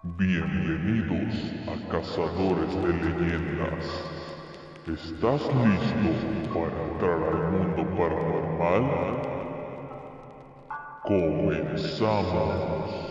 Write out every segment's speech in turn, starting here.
Bienvenidos a Cazadores de Leyendas. ¿Estás listo para entrar al mundo paranormal? Comenzamos.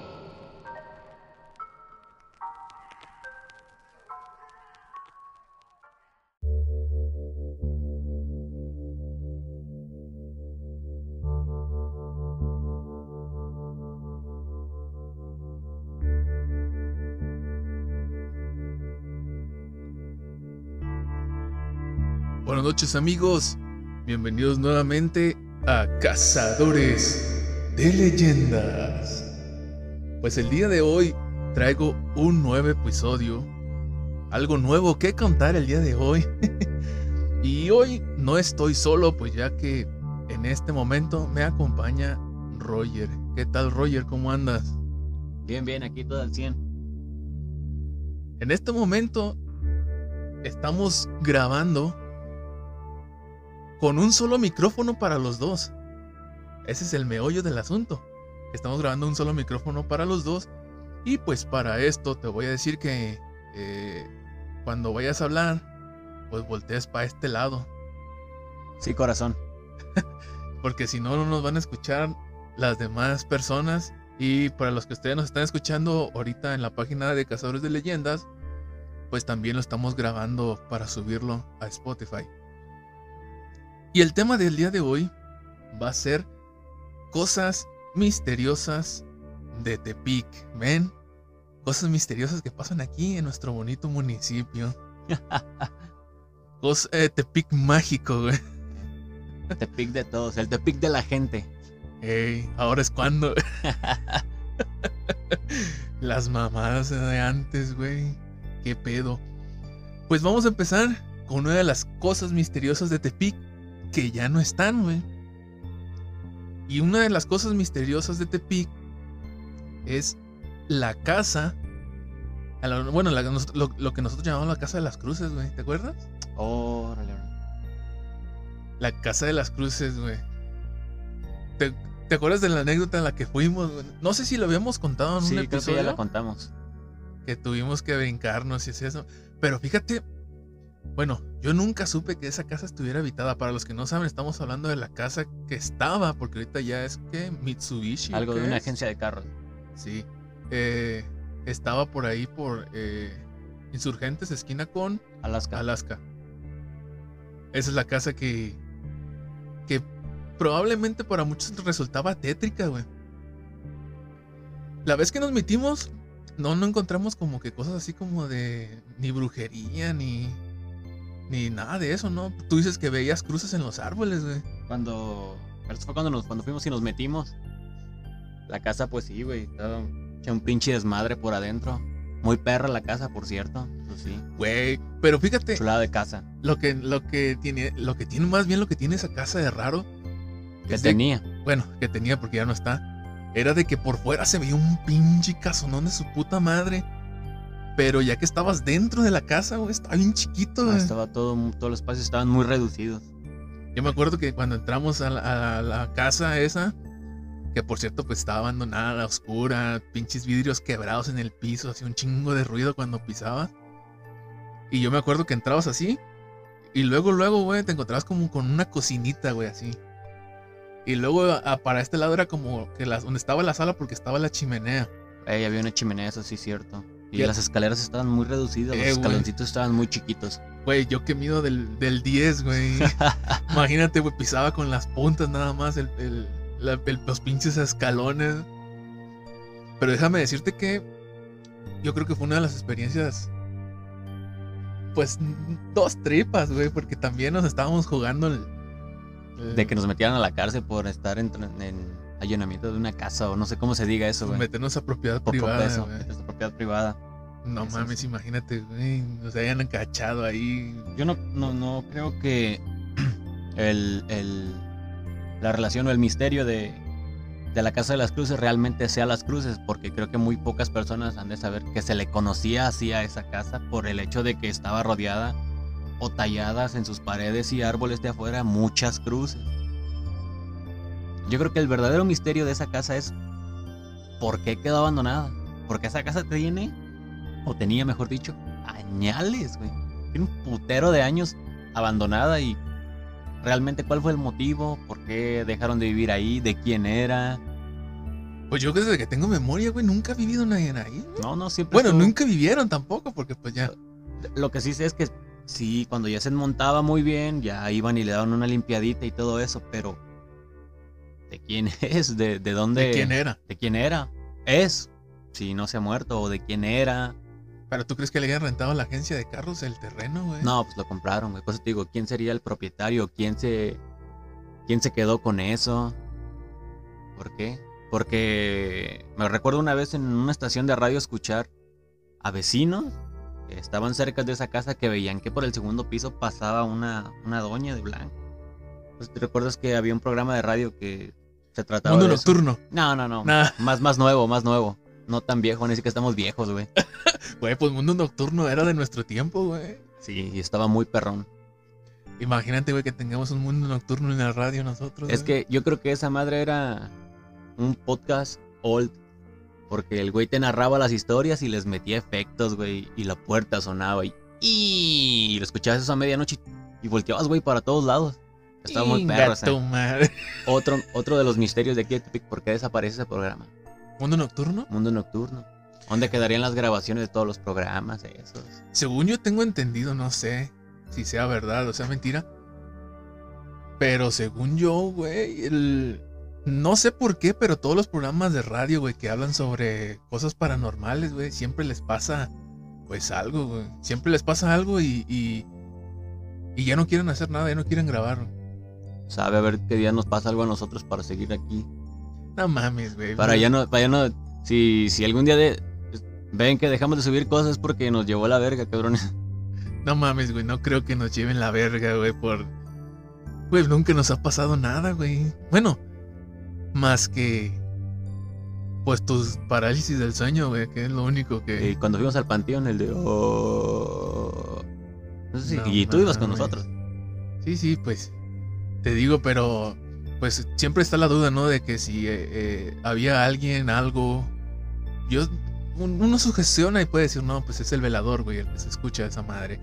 Buenas noches amigos, bienvenidos nuevamente a Cazadores de Leyendas. Pues el día de hoy traigo un nuevo episodio, algo nuevo que contar el día de hoy. Y hoy no estoy solo, pues ya que en este momento me acompaña Roger. ¿Qué tal, Roger? ¿Cómo andas? Bien, aquí todo al 100. En este momento estamos grabando con un solo micrófono para los dos. Ese es el meollo del asunto. Estamos grabando un solo micrófono para los dos. Y pues para esto te voy a decir que cuando vayas a hablar, pues voltees para este lado. Sí, corazón. Porque si no, no nos van a escuchar las demás personas. Y para los que ustedes nos están escuchando ahorita en la página de Cazadores de Leyendas, pues también lo estamos grabando para subirlo a Spotify. Y el tema del día de hoy va a ser cosas misteriosas de Tepic. ¿Ven? Cosas misteriosas que pasan aquí en nuestro bonito municipio. Tepic mágico, güey. Tepic de todos, el Tepic de la gente. Ey, ahora es cuando. Las mamadas de antes, güey. ¿Qué pedo? Pues vamos a empezar con una de las cosas misteriosas de Tepic que ya no están, güey. Y una de las cosas misteriosas de Tepic es la casa. Bueno, lo que nosotros llamamos la Casa de las Cruces, güey. ¿Te acuerdas? Órale. La Casa de las Cruces, güey. ¿Te acuerdas de la anécdota en la que fuimos, güey? No sé si lo habíamos contado en un episodio. Sí, creo que ya la contamos. Que tuvimos que brincarnos y así eso. Pero fíjate, bueno, yo nunca supe que esa casa estuviera habitada. Para los que no saben, estamos hablando de la casa que estaba, porque ahorita ya es que Mitsubishi. Algo de una agencia de carros. Sí. Estaba por ahí por Insurgentes, esquina con Alaska. Esa es la casa que probablemente para muchos resultaba tétrica, güey. La vez que nos metimos, no encontramos como que cosas así como de ni brujería, ni nada de eso, ¿no? Tú dices que veías cruces en los árboles, güey. Eso fue cuando fuimos y nos metimos. La casa, pues sí, güey. Estaba un pinche desmadre por adentro. Muy perra la casa, por cierto. Eso sí. Güey, pero fíjate. Chulada de casa. Lo que tiene más bien lo que tiene esa casa de raro. Que tenía. Que tenía porque ya no está. Era de que por fuera se veía un pinche casonón de su puta madre. Pero ya que estabas dentro de la casa, güey, estaba bien chiquito, güey. Todos los espacios estaban muy reducidos. Yo me acuerdo que cuando entramos a la casa esa, que por cierto pues estaba abandonada, oscura, pinches vidrios quebrados en el piso, hacía un chingo de ruido cuando pisabas. Y yo me acuerdo que entrabas así, y luego, güey, te encontrabas como con una cocinita, güey, así. Y luego para este lado era como que donde estaba la sala porque estaba la chimenea. Había una chimenea, eso sí es cierto. Y las escaleras estaban muy reducidas, los escaloncitos estaban muy chiquitos. Güey, yo que mido del 10, güey. Imagínate, güey, pisaba con las puntas nada más los pinches escalones. Pero déjame decirte que yo creo que fue una de las experiencias, pues, dos tripas, güey, porque también nos estábamos jugando de que nos metieran a la cárcel por estar en allanamiento de una casa o no sé cómo se diga eso, güey. Meternos a propiedad privada, meternos a propiedad privada. No eso mames, imagínate, güey, nos hayan encachado ahí. Yo no creo que la relación o el misterio de la Casa de las Cruces realmente sea las cruces, porque creo que muy pocas personas han de saber que se le conocía así a esa casa por el hecho de que estaba rodeada o talladas en sus paredes y árboles de afuera muchas cruces. Yo creo que el verdadero misterio de esa casa es ¿por qué quedó abandonada? Porque esa casa tiene, o tenía mejor dicho, añales, güey. Tiene un putero de años abandonada y realmente cuál fue el motivo, por qué dejaron de vivir ahí, de quién era. Pues yo desde que tengo memoria, güey, nunca he vivido nadie ahí, güey. No, siempre. Bueno, estuvo... nunca vivieron tampoco, porque pues ya. Lo que sí sé es que sí, cuando ya se montaba muy bien, ya iban y le daban una limpiadita y todo eso, pero ¿de quién es? ¿De dónde? ¿De quién era? ¿De quién era? Es, si no se ha muerto, o de quién era. ¿Pero tú crees que le hayan rentado a la agencia de carros el terreno, güey? No, pues lo compraron, güey. Por eso te digo, ¿quién sería el propietario? ¿Quién se quedó con eso? ¿Por qué? Porque me recuerdo una vez en una estación de radio escuchar a vecinos que estaban cerca de esa casa que veían que por el segundo piso pasaba una doña de blanco. Pues, ¿te recuerdas que había un programa de radio que se trataba Mundo de Nocturno. eso? No. Nah. Más nuevo. No tan viejo, ni siquiera que estamos viejos, güey. Güey, pues Mundo Nocturno era de nuestro tiempo, güey. Sí, y estaba muy perrón. Imagínate, güey, que tengamos un Mundo Nocturno en la radio nosotros. Es güey. que yo creo que esa madre era un podcast old. Porque el güey te narraba las historias y les metía efectos, güey. Y la puerta sonaba y lo escuchabas eso a medianoche y volteabas, güey, para todos lados. Estaba muy perro, tu madre. Otro de los misterios de aquí de Tepic, ¿por qué desaparece ese programa? ¿Mundo Nocturno? Mundo Nocturno. ¿Dónde quedarían las grabaciones de todos los programas esos? Según yo tengo entendido, no sé si sea verdad o sea mentira. Pero según yo, güey, no sé por qué, pero todos los programas de radio, güey, que hablan sobre cosas paranormales, güey, siempre les pasa, pues, algo, güey. Siempre les pasa algo y ya no quieren hacer nada, ya no quieren grabar. Sabe a ver qué día nos pasa algo a nosotros para seguir aquí. No mames, güey. Para ya no, si algún día ven que dejamos de subir cosas porque nos llevó la verga, cabrones. No mames, güey, no creo que nos lleven la verga, güey, Güey, nunca nos ha pasado nada, güey. Bueno, más que... Pues tus parálisis del sueño, güey, que es lo único que... Y cuando fuimos al panteón, el de... Oh... No sé si... No y tú ibas con mames. nosotros. Sí, pues... Te digo, pero... Pues siempre está la duda, ¿no? De que si había alguien, algo... Uno sugestiona y puede decir, no, pues es el velador, güey, el que se escucha esa madre.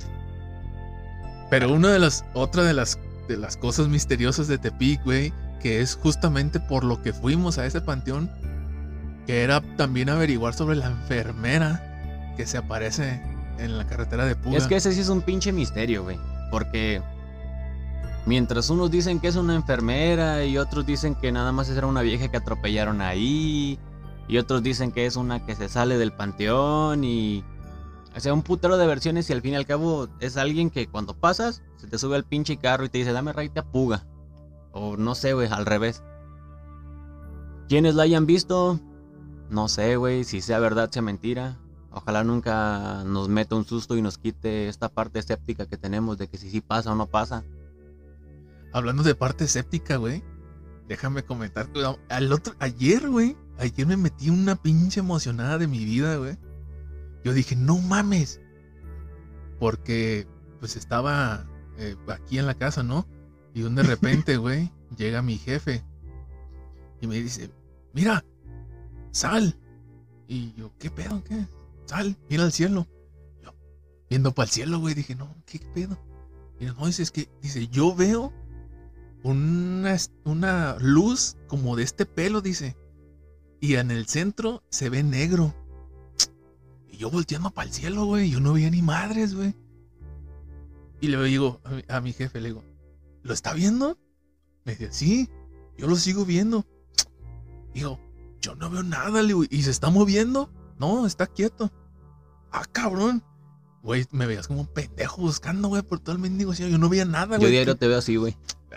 Pero otra de las cosas misteriosas de Tepic, güey, que es justamente por lo que fuimos a ese panteón, que era también averiguar sobre la enfermera que se aparece en la carretera de Puga. Es que ese sí es un pinche misterio, güey. Porque mientras unos dicen que es una enfermera y otros dicen que nada más era una vieja que atropellaron ahí, y otros dicen que es una que se sale del panteón y... O sea, un putero de versiones y al fin y al cabo es alguien que cuando pasas se te sube al pinche carro y te dice, dame raite a Puga. O no sé, güey, al revés. ¿Quiénes la hayan visto? No sé, güey, si sea verdad, sea mentira. Ojalá nunca nos meta un susto y nos quite esta parte escéptica que tenemos de que si sí pasa o no pasa. Hablando de parte escéptica, güey, déjame comentar. Ayer me metí una pinche emocionada de mi vida, güey. Yo dije, no mames. Porque, pues estaba aquí en la casa, ¿no? Y de repente, güey, llega mi jefe. Y me dice, mira, sal. Y yo, ¿qué pedo? ¿Qué? Sal, mira al cielo. Yo, viendo para el cielo, güey, dije, no, ¿qué pedo? Y no, dice, yo veo una luz como de este pelo, dice. Y en el centro se ve negro. Y yo volteando para el cielo, güey. Yo no veía ni madres, güey. Y le digo a mi jefe, le digo, ¿lo está viendo? Me dice, sí, yo lo sigo viendo. Digo, yo no veo nada, le digo, ¿y se está moviendo? No, está quieto. Ah, cabrón. Güey, me veías como un pendejo buscando, güey, por todo el mendigo cielo. Yo no veía nada, güey. Yo diario te veo así, güey.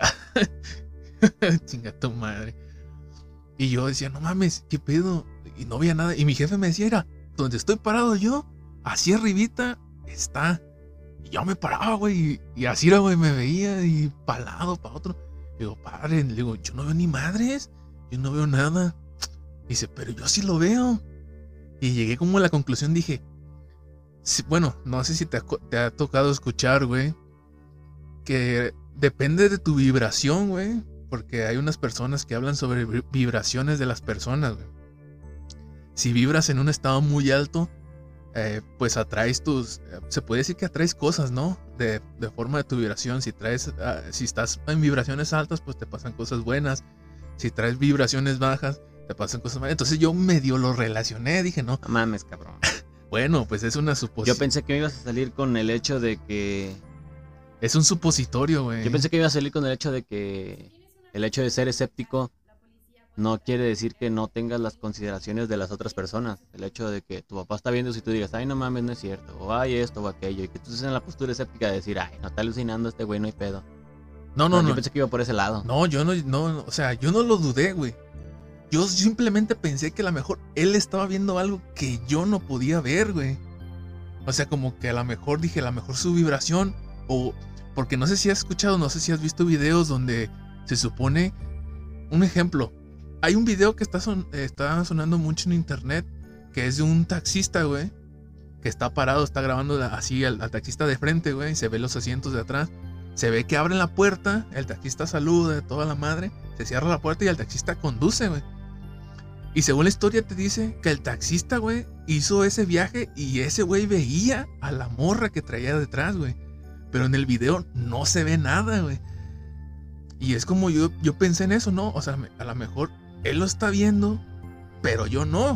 Chinga tu madre. Y yo decía, no mames, ¿qué pedo? Y no veía nada. Y mi jefe me decía, era, donde estoy parado yo, así arribita está. Y yo me paraba, güey, y así era, güey, me veía y para lado, para otro. Digo, padre, le digo, yo no veo ni madres, yo no veo nada. Dice, pero yo sí lo veo. Y llegué como a la conclusión, dije, sí, bueno, no sé si te ha tocado escuchar, güey, que depende de tu vibración, güey, porque hay unas personas que hablan sobre vibraciones de las personas, güey. si vibras en un estado muy alto, pues atraes se puede decir que atraes cosas, ¿no? De forma de tu vibración. Si estás en vibraciones altas, pues te pasan cosas buenas. Si traes vibraciones bajas, te pasan cosas malas. Entonces yo medio lo relacioné, dije, no. No mames, cabrón. Bueno, pues es una suposición. Yo pensé que me ibas a salir con el hecho de que... Es un supositorio, güey. Yo pensé que iba a salir con el hecho de que el hecho de ser escéptico no quiere decir que no tengas las consideraciones de las otras personas. El hecho de que tu papá está viendo, si tú digas, ay, no mames, no es cierto, o ay, esto o aquello, y que tú estés en la postura escéptica de decir, ay, no está alucinando este güey, no hay pedo. No. Yo pensé que iba por ese lado. No, yo no, o sea, yo no lo dudé, güey. Yo simplemente pensé que a lo mejor él estaba viendo algo que yo no podía ver, güey. O sea, como que a lo mejor dije, a lo mejor su vibración, o... Porque no sé si has escuchado, no sé si has visto videos donde se supone... Un ejemplo, hay un video que está sonando mucho en internet, que es de un taxista, güey, que está parado, está grabando así al taxista de frente, güey, y se ve los asientos de atrás. Se ve que abren la puerta, el taxista saluda, toda la madre, se cierra la puerta y el taxista conduce, güey. Y según la historia te dice que el taxista, güey, hizo ese viaje y ese güey veía a la morra que traía detrás, güey. Pero en el video no se ve nada, güey. Y es como yo pensé en eso, ¿no? O sea, a lo mejor él lo está viendo, pero yo no.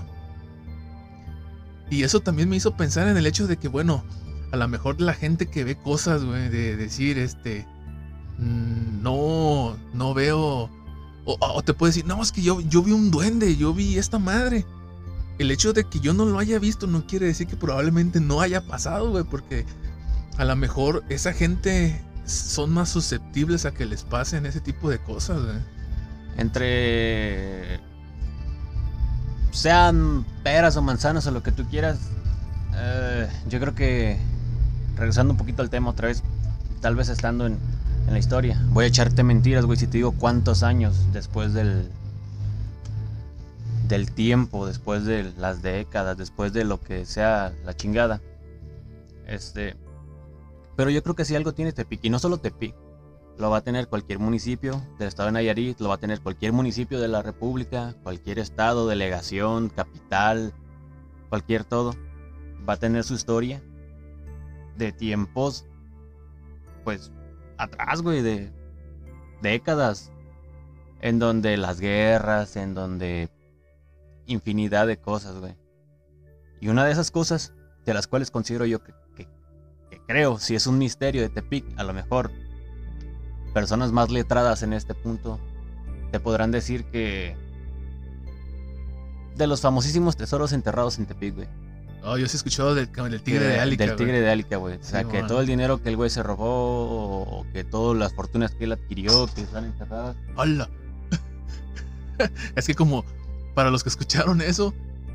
Y eso también me hizo pensar en el hecho de que, bueno, a lo mejor la gente que ve cosas, güey, de decir, no veo... O te puede decir, no, es que yo vi un duende, yo vi esta madre. El hecho de que yo no lo haya visto no quiere decir que probablemente no haya pasado, güey, porque a lo mejor esa gente son más susceptibles a que les pasen ese tipo de cosas, güey. Entre... sean peras o manzanas o lo que tú quieras, yo creo que, regresando un poquito al tema otra vez, tal vez estando en la historia, voy a echarte mentiras, güey, si te digo cuántos años después del tiempo, después de las décadas, después de lo que sea la chingada. Pero yo creo que si algo tiene Tepic, y no solo Tepic, lo va a tener cualquier municipio del estado de Nayarit, lo va a tener cualquier municipio de la república, cualquier estado, delegación, capital, cualquier todo, va a tener su historia de tiempos, pues, atrás, güey, de décadas, en donde las guerras, en donde infinidad de cosas, güey. Y una de esas cosas, de las cuales considero yo que creo, si es un misterio de Tepic, a lo mejor personas más letradas en este punto te podrán decir que de los famosísimos tesoros enterrados en Tepic, güey. Oh, yo sí he escuchado del tigre de Álica. Del tigre de Álica, güey. O sea, sí, que todo el dinero que el güey se robó, o que todas las fortunas que él adquirió, que están enterradas. ¡Hala! Es que como para los que escucharon eso,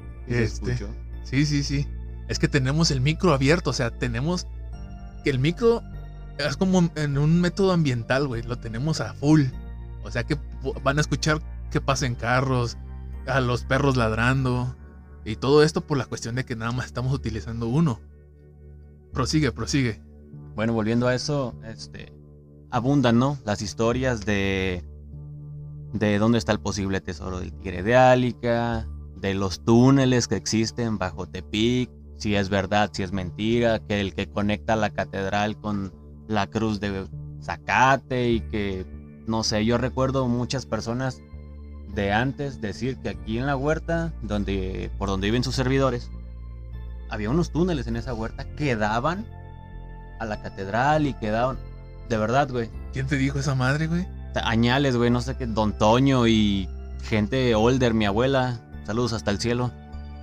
sí. Es que tenemos el micro abierto, o sea, tenemos que el micro es como en un método ambiental, güey, lo tenemos a full. O sea que van a escuchar que pasen carros, a los perros ladrando, y todo esto por la cuestión de que nada más estamos utilizando uno. Prosigue. Bueno, volviendo a eso, abundan, ¿no? Las historias de dónde está el posible tesoro del tigre de Álica, de los túneles que existen bajo Tepic, si es verdad, si es mentira, que el que conecta la catedral con la cruz de Zacate, y que, no sé, yo recuerdo muchas personas de antes decir que aquí en la huerta, por donde viven sus servidores, había unos túneles en esa huerta que daban a la catedral y que daban, de verdad, güey. ¿Quién te dijo esa madre, güey? Añales, güey, no sé qué, Don Toño y gente older, mi abuela, saludos hasta el cielo,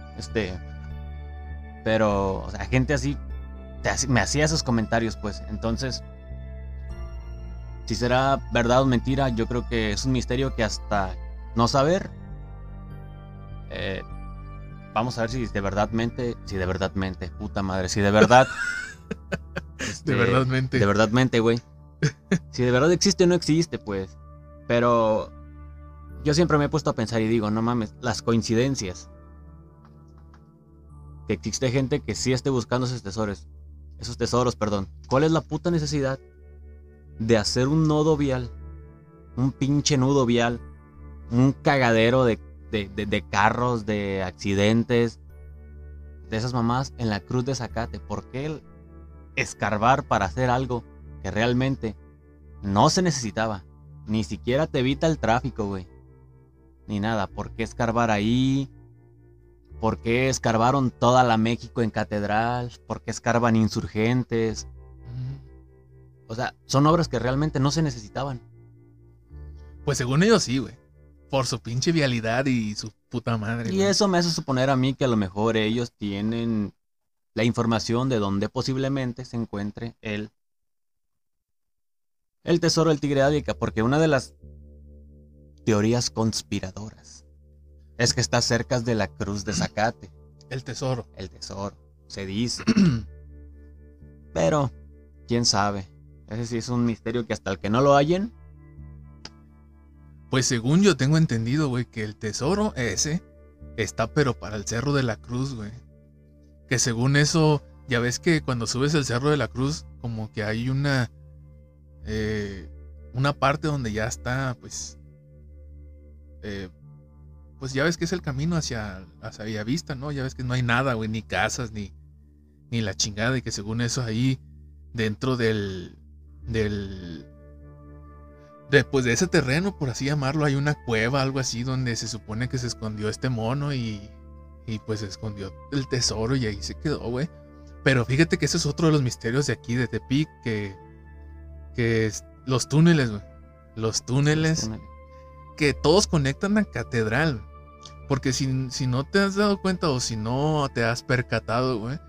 pero, o sea, gente así me hacía esos comentarios, pues. Entonces, si será verdad o mentira, yo creo que es un misterio que hasta no saber, vamos a ver si de verdad mente, puta madre, si de verdad de verdad mente, güey, si de verdad existe o no existe, pues. Pero yo siempre me he puesto a pensar y digo, no mames, las coincidencias, que existe gente que sí esté buscando esos tesoros, perdón. ¿Cuál es la puta necesidad de hacer un nodo vial, un pinche nudo vial, un cagadero de de carros, de accidentes, de esas mamás en la Cruz de Zacate. ¿Por qué el escarbar para hacer algo que realmente no se necesitaba? Ni siquiera te evita el tráfico, güey. Ni nada. ¿Por qué escarbar ahí? ¿Por qué escarbaron toda la México en Catedral? ¿Por qué escarban Insurgentes? O sea, son obras que realmente no se necesitaban. Pues según ellos sí, güey. Por su pinche vialidad y su puta madre. Y güey. eso me hace suponer a mí que a lo mejor ellos tienen la información de dónde posiblemente se encuentre el tesoro del Tigre de África. Porque una de las teorías conspiradoras es que está cerca de la Cruz de Zacate. El tesoro. El tesoro, se dice. Pero, quién sabe. Ese sí es un misterio que hasta el que no lo hallen. Pues según yo tengo entendido, güey, que el tesoro ese está pero para el Cerro de la Cruz, güey. Que según eso, ya ves que cuando subes el Cerro de la Cruz, como que hay una parte donde ya está, pues ya ves que es el camino hacia Bellavista, ¿no? Ya ves que no hay nada, güey, ni casas, ni la chingada, y que según eso ahí, dentro pues de ese terreno, por así llamarlo, hay una cueva, algo así, donde se supone que se escondió este mono y pues se escondió el tesoro y ahí se quedó, güey. Pero fíjate que ese es otro de los misterios de aquí, de Tepic, que es los túneles, güey. Los túneles que todos conectan a Catedral. Porque si no te has dado cuenta o si no te has percatado, güey,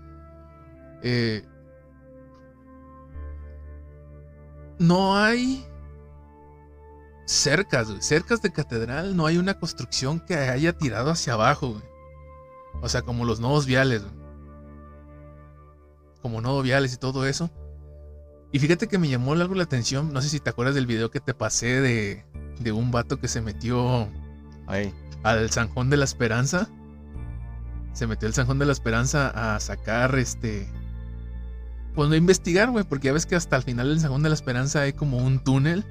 no hay cercas, güey. Cercas de Catedral no hay una construcción que haya tirado hacia abajo, güey. O sea, como los nodos viales, güey. Como nodos viales y todo eso. Y fíjate que me llamó algo la atención. No sé si te acuerdas del video que te pasé de un vato que se metió al Zanjón de la Esperanza. Se metió al Zanjón de la Esperanza a sacar pues no investigar, güey. Porque ya ves que hasta el final del Zanjón de la Esperanza hay como un túnel.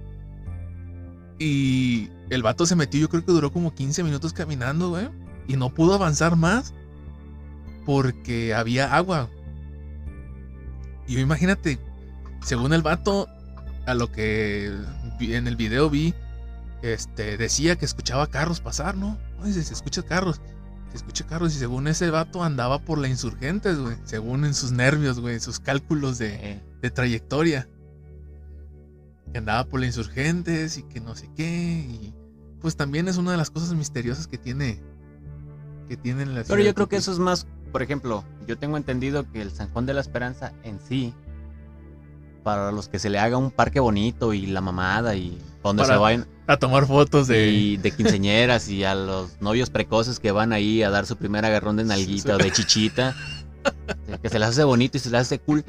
Y el vato se metió, yo creo que duró como 15 minutos caminando, güey. Y no pudo avanzar más porque había agua. Y yo imagínate, según el vato, a lo que en el video vi, decía que escuchaba carros pasar, ¿no? Oye, se escucha carros. Se escucha carros y según ese vato andaba por la Insurgentes, güey. Según en sus nervios, güey, sus cálculos de trayectoria. Que andaba por la Insurgentes y que no sé qué. Y pues también es una de las cosas misteriosas que tiene la ciudad. Pero yo creo que eso es más, por ejemplo, yo tengo entendido que el Zanjón de la Esperanza en sí, para los que se le haga un parque bonito y la mamada y donde se vayan a tomar fotos de quinceañeras y a los novios precoces que van ahí a dar su primer agarrón de nalguita o de chichita, que se les hace bonito y se les hace cool.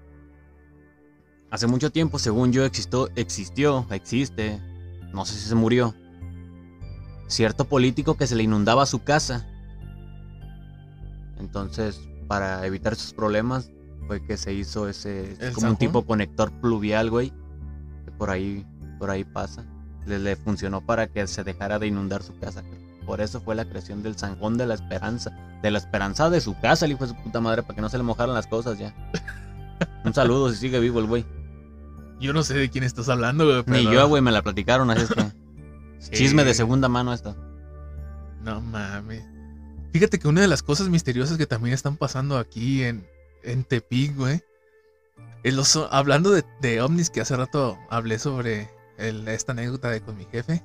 Hace mucho tiempo, según yo, existe, no sé si se murió, cierto político que se le inundaba su casa. Entonces, para evitar esos problemas, fue que se hizo ese como un tipo conector pluvial, güey, que por ahí pasa. Le funcionó para que se dejara de inundar su casa. Por eso fue la creación del Zanjón de la Esperanza. De la esperanza de su casa, el hijo de su puta madre, para que no se le mojaran las cosas ya. Un saludo si sigue vivo el güey. Yo no sé de quién estás hablando, güey. Ni yo, güey, me la platicaron, así es que... Chisme de segunda mano esto. No mames. Fíjate que una de las cosas misteriosas que también están pasando aquí en Tepic, güey, hablando de ovnis, que hace rato hablé sobre esta anécdota con mi jefe,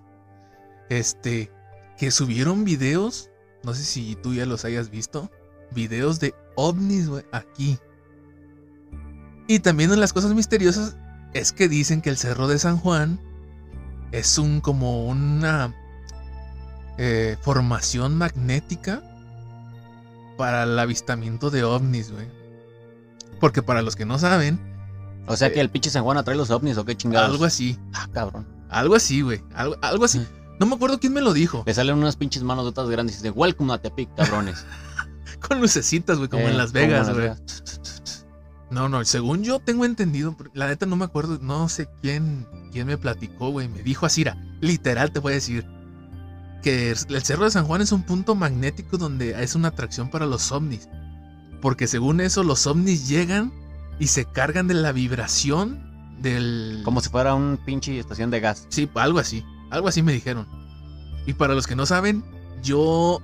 que subieron videos, no sé si tú ya los hayas visto, videos de ovnis, güey, aquí. Y también una de las cosas misteriosas es que dicen que el Cerro de San Juan es como una formación magnética para el avistamiento de ovnis, güey. Porque para los que no saben... O sea que el pinche San Juan atrae los ovnis, ¿o qué chingados? Algo así. Ah, cabrón. Algo así, güey. Algo así. No me acuerdo quién me lo dijo. Le salen unas pinches manos de otras grandes y dice, welcome a Tepic, cabrones. Con lucecitas, güey, como en Las Vegas, güey. No, según yo tengo entendido, la neta no me acuerdo, no sé quién me platicó, güey. Me dijo así, literal te voy a decir. que el Cerro de San Juan es un punto magnético donde es una atracción para los ovnis. Porque según eso, los ovnis llegan y se cargan de la vibración del... Como si fuera un pinche estación de gas. Sí, algo así me dijeron. Y para los que no saben, yo,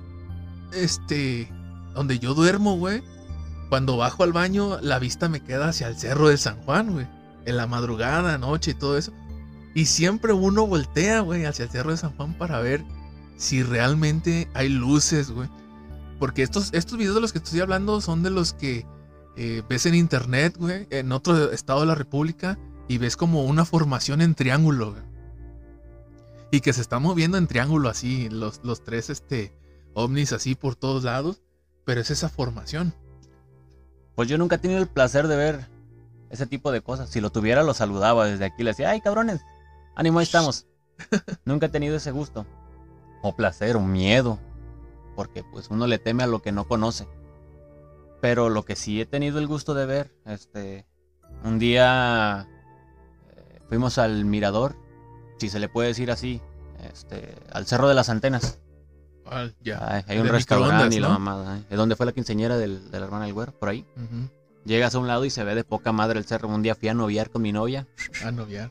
donde yo duermo, güey, cuando bajo al baño, la vista me queda hacia el Cerro de San Juan, güey. En la madrugada, noche y todo eso. Y siempre uno voltea, güey, hacia el Cerro de San Juan para ver si realmente hay luces, güey. Porque estos videos de los que estoy hablando son de los que ves en internet, güey, en otro estado de la república, y ves como una formación en triángulo, güey. Y que se está moviendo en triángulo así, los tres ovnis así por todos lados, pero es esa formación. Pues yo nunca he tenido el placer de ver ese tipo de cosas. Si lo tuviera, lo saludaba desde aquí. Le decía, ay, cabrones, ánimo, ahí estamos. Nunca he tenido ese gusto. O placer, o miedo. Porque pues uno le teme a lo que no conoce. Pero lo que sí he tenido el gusto de ver, un día fuimos al mirador, si se le puede decir así, al Cerro de las Antenas. Ya. Hay un restaurante y la mamada. Es donde fue la quinceañera de la hermana del güero, por ahí. Uh-huh. Llegas a un lado y se ve de poca madre el cerro. Un día fui a noviar con mi novia. A noviar.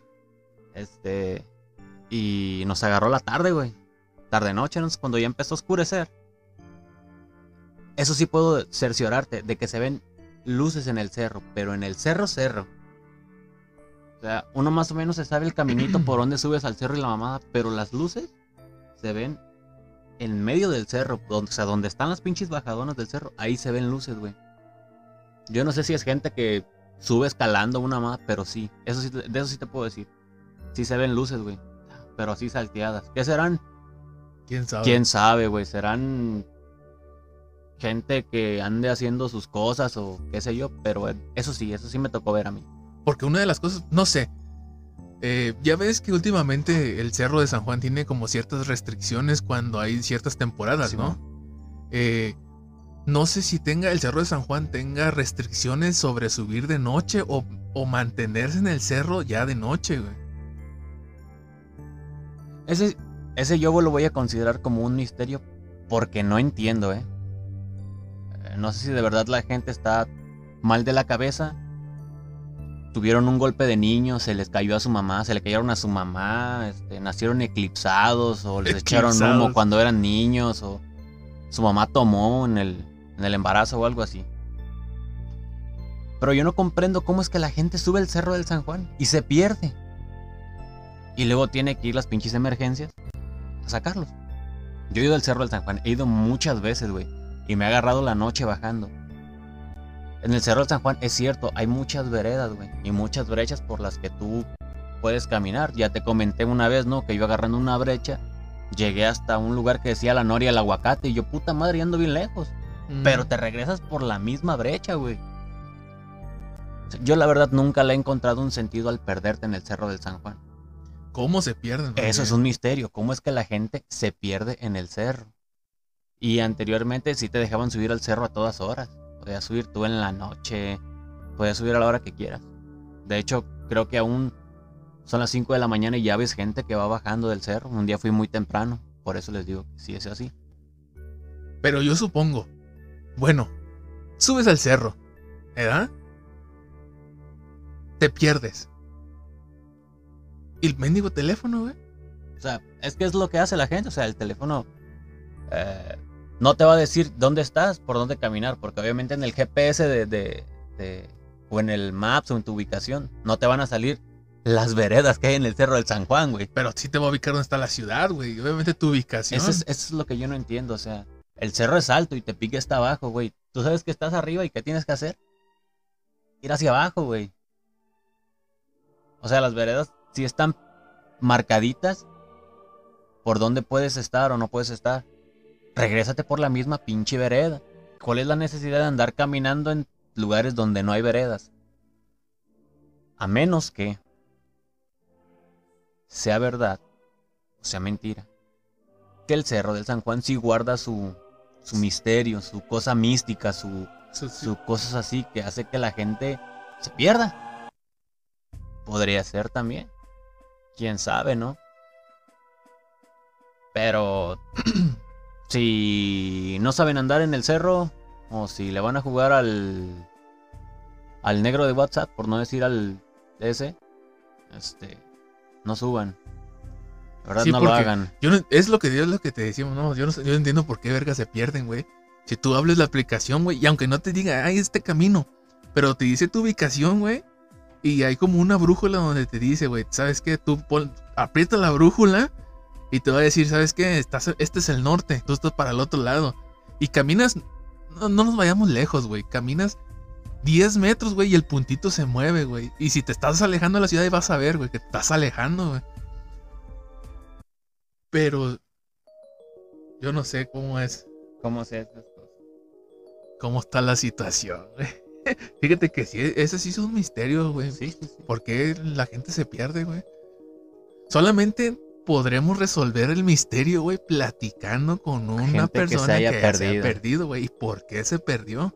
Y nos agarró la tarde, güey. Tarde-noche, ¿no? Cuando ya empezó a oscurecer. Eso sí puedo cerciorarte de que se ven luces en el cerro, pero en el cerro. O sea, uno más o menos se sabe el caminito por donde subes al cerro y la mamada, pero las luces se ven en medio del cerro, donde están las pinches bajadonas del cerro, ahí se ven luces, güey. Yo no sé si es gente que sube escalando una mamada, pero sí, de eso sí te puedo decir. Sí se ven luces, güey, pero así salteadas. ¿Qué serán? ¿Quién sabe, güey? ¿Serán gente que ande haciendo sus cosas o qué sé yo? Pero eso sí me tocó ver a mí. Porque una de las cosas, no sé, ya ves que últimamente el Cerro de San Juan tiene como ciertas restricciones cuando hay ciertas temporadas, sí, ¿no? No sé si el Cerro de San Juan tenga restricciones sobre subir de noche o mantenerse en el cerro ya de noche, güey. Ese yo lo voy a considerar como un misterio porque no entiendo, No sé si de verdad la gente está mal de la cabeza. Tuvieron un golpe de niños, se les cayó a su mamá, se le cayeron a su mamá, nacieron eclipsados o les echaron humo cuando eran niños o su mamá tomó en el embarazo o algo así. Pero yo no comprendo cómo es que la gente sube el Cerro del San Juan y se pierde. Y luego tiene que ir las pinches emergencias a sacarlos. Yo he ido al Cerro del San Juan, he ido muchas veces, güey. Y me ha agarrado la noche bajando. En el Cerro del San Juan es cierto, hay muchas veredas, güey. Y muchas brechas por las que tú puedes caminar. Ya te comenté una vez, ¿no? Que yo agarrando una brecha, llegué hasta un lugar que decía La Noria, el Aguacate. Y yo, puta madre, ando bien lejos. Pero te regresas por la misma brecha, güey. Yo la verdad nunca le he encontrado un sentido al perderte en el Cerro del San Juan. ¿Cómo se pierden? Eso es un misterio. ¿Cómo es que la gente se pierde en el cerro? Y anteriormente sí te dejaban subir al cerro a todas horas. Podías subir tú en la noche. Podías subir a la hora que quieras. De hecho, creo que aún son las 5 de la mañana y ya ves gente que va bajando del cerro. Un día fui muy temprano. Por eso les digo que sí es así. Pero yo supongo. Bueno, subes al cerro, ¿verdad? Te pierdes. ¿Y el mendigo teléfono, güey? O sea, es que es lo que hace la gente. O sea, el teléfono no te va a decir dónde estás, por dónde caminar. Porque obviamente en el GPS o en el Maps o en tu ubicación no te van a salir las veredas que hay en el Cerro del San Juan, güey. Pero sí te va a ubicar dónde está la ciudad, güey. Obviamente tu ubicación. Eso es lo que yo no entiendo. O sea, el cerro es alto y te pique está abajo, güey. Tú sabes que estás arriba y ¿qué tienes que hacer? Ir hacia abajo, güey. O sea, las veredas sí están marcaditas por dónde puedes estar o no puedes estar. Regrésate por la misma pinche vereda. ¿Cuál es la necesidad de andar caminando en lugares donde no hay veredas? A menos que sea verdad o sea mentira, que el Cerro del San Juan sí guarda su misterio, su cosa mística, su cosas así que hace que la gente se pierda. Podría ser también. Quién sabe, ¿no? Pero si no saben andar en el cerro, o si le van a jugar al negro de WhatsApp, por no decir al ese, no suban. La verdad, Sí, no lo porque hagan. es lo que te decimos, no, yo no sé, yo no entiendo por qué verga se pierden, güey. Si tú hables la aplicación, güey, y aunque no te diga, hay este camino, pero te dice tu ubicación, güey, y hay como una brújula donde te dice, güey, ¿sabes qué? Tú aprieta la brújula y te va a decir, ¿sabes qué? Este es el norte, tú estás para el otro lado. Y caminas, no nos vayamos lejos, güey, caminas 10 metros, güey, y el puntito se mueve, güey. Y si te estás alejando de la ciudad, y vas a ver, güey, que te estás alejando, güey. Pero yo no sé cómo es, ¿Cómo se hace esto? cómo está la situación, güey. Fíjate que sí, ese sí es un misterio, güey. Sí. ¿Por qué la gente se pierde, güey? Solamente podremos resolver el misterio, güey, platicando con una Gente que persona se haya se perdido. perdido, güey. ¿Y por qué se perdió?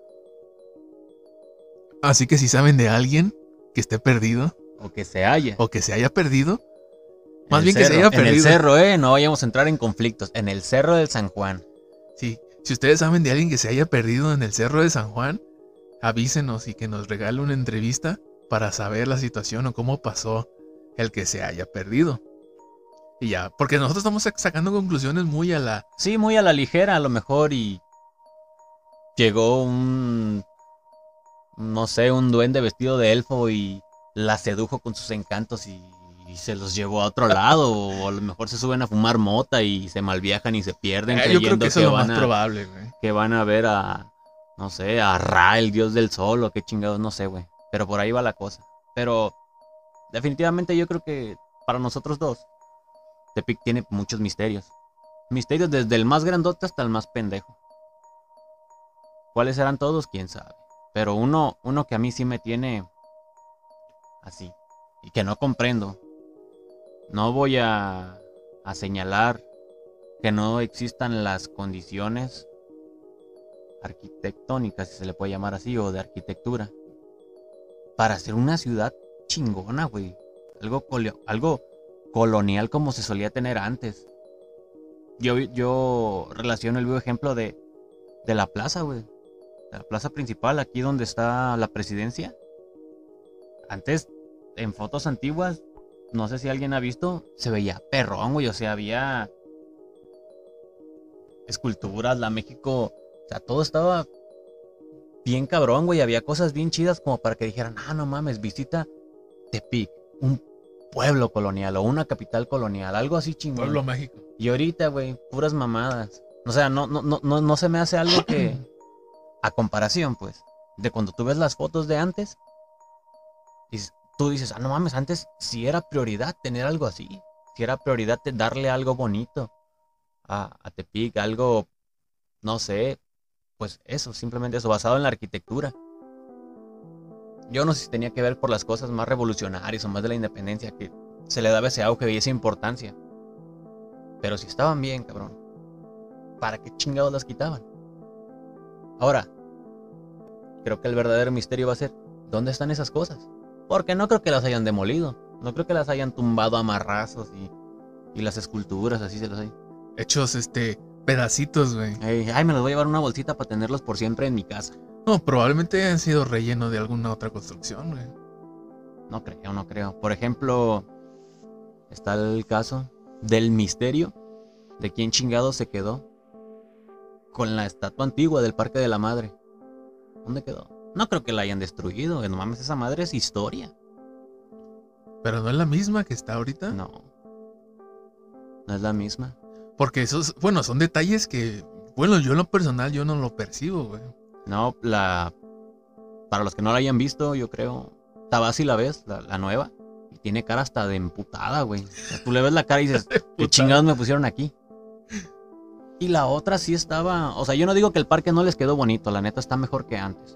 Así que si saben de alguien que esté perdido O que se haya. o que se haya perdido, En más el bien que se cerro, haya En el perdido. cerro, no vayamos a entrar en conflictos. En el cerro del San Juan. Sí, si ustedes saben de alguien que se haya perdido en el Cerro de San Juan, avísenos y que nos regale una entrevista para saber la situación o cómo pasó el que se haya perdido. Y ya, porque nosotros estamos sacando conclusiones muy a la... Sí, muy a la ligera a lo mejor y llegó no sé, un duende vestido de elfo y la sedujo con sus encantos y se los llevó a otro lado, o a lo mejor se suben a fumar mota y se malviajan y se pierden yo creo creyendo que eso es lo más probable, güey. que van a ver a, no sé, a Ra, el dios del sol, o qué chingados, no sé, güey. Pero por ahí va la cosa. Pero definitivamente yo creo que para nosotros dos, Tepic tiene muchos misterios. Misterios desde el más grandote hasta el más pendejo. ¿Cuáles serán todos? Quién sabe. Pero uno que a mí sí me tiene así y que no comprendo. No voy a señalar que no existan las condiciones arquitectónicas, si se le puede llamar así, o de arquitectura, para hacer una ciudad chingona, güey. Algo colonial como se solía tener antes. Yo relaciono el vivo ejemplo de la plaza, güey. De la plaza principal, aquí donde está la presidencia. Antes, en fotos antiguas, no sé si alguien ha visto, se veía perrón, güey. O sea, había esculturas, la México, o sea, todo estaba bien cabrón, güey. Había cosas bien chidas como para que dijeran, no mames, visita Tepic, un pueblo colonial o una capital colonial, algo así chingón. Pueblo México. Y ahorita, güey, puras mamadas. O sea, no se me hace algo que, a comparación, pues, de cuando tú ves las fotos de antes, y tú dices, no mames, antes sí era prioridad tener algo así. Sí era prioridad darle algo bonito a Tepic, algo, no sé, pues eso, simplemente eso, basado en la arquitectura. Yo no sé si tenía que ver por las cosas más revolucionarias o más de la independencia, que se le daba ese auge y esa importancia. Pero si estaban bien, cabrón, ¿para qué chingados las quitaban? Ahora, creo que el verdadero misterio va a ser, ¿dónde están esas cosas? Porque no creo que las hayan demolido. No creo que las hayan tumbado a marrazos y las esculturas, así se los hay. Hechos, pedacitos, güey. Ay, me los voy a llevar en una bolsita para tenerlos por siempre en mi casa. No, probablemente hayan sido relleno de alguna otra construcción, güey. No creo. Por ejemplo, está el caso del misterio de quién chingado se quedó con la estatua antigua del Parque de la Madre. ¿Dónde quedó? No creo que la hayan destruido. No mames, esa madre es historia. Pero no es la misma que está ahorita. No es la misma. Porque esos, bueno, son detalles que, bueno, yo en lo personal, yo no lo percibo, güey. No, para los que no la hayan visto, yo creo, Tabassi la ves, la nueva, y tiene cara hasta de emputada, güey. O sea, tú le ves la cara y dices, ¿qué chingados me pusieron aquí? Y la otra sí estaba, o sea, yo no digo que el parque no les quedó bonito, la neta está mejor que antes.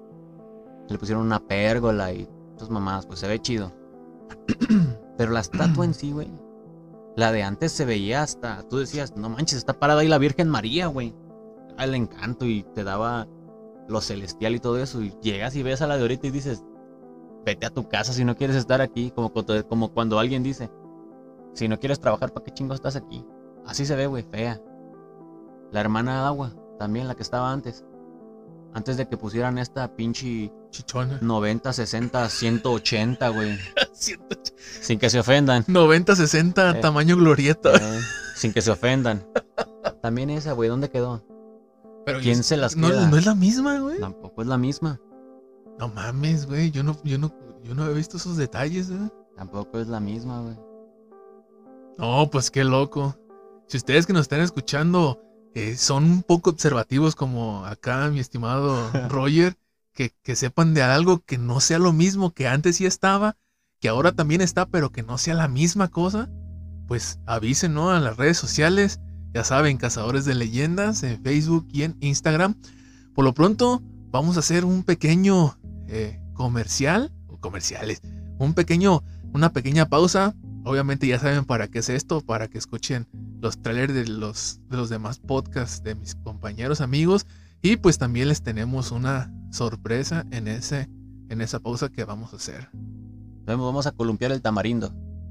Le pusieron una pérgola y esas mamadas, pues se ve chido. Pero la estatua en sí, güey, la de antes se veía hasta, tú decías, no manches, está parada ahí la Virgen María, güey. El encanto y te daba lo celestial y todo eso. Y llegas y ves a la de ahorita y dices, vete a tu casa si no quieres estar aquí. Como cuando alguien dice, si no quieres trabajar, ¿para qué chingo estás aquí? Así se ve, güey, fea. La hermana Agua, también la que estaba antes. Antes de que pusieran esta pinche Chichona. 90, 60, 180, güey. 180. Sin que se ofendan. 90, 60, tamaño glorieta. Sin que se ofendan. También esa, güey, ¿dónde quedó? Pero ¿Quién se las no, queda? no es la misma, güey. Tampoco es la misma. No mames, güey. Yo no he visto esos detalles, güey. Tampoco es la misma, güey. No, pues qué loco. Si ustedes que nos están escuchando son un poco observativos como acá, mi estimado Roger, que sepan de algo que no sea lo mismo que antes sí estaba, que ahora también está, pero que no sea la misma cosa, pues avisen, ¿no? A las redes sociales, ya saben, Cazadores de Leyendas, en Facebook y en Instagram. Por lo pronto, vamos a hacer un pequeño comercial, o comerciales, una pequeña pausa. Obviamente ya saben para qué es esto, para que escuchen los trailers de los demás podcasts de mis compañeros amigos. Y pues también les tenemos una sorpresa en esa pausa que vamos a hacer. Vamos a columpiar el tamarindo.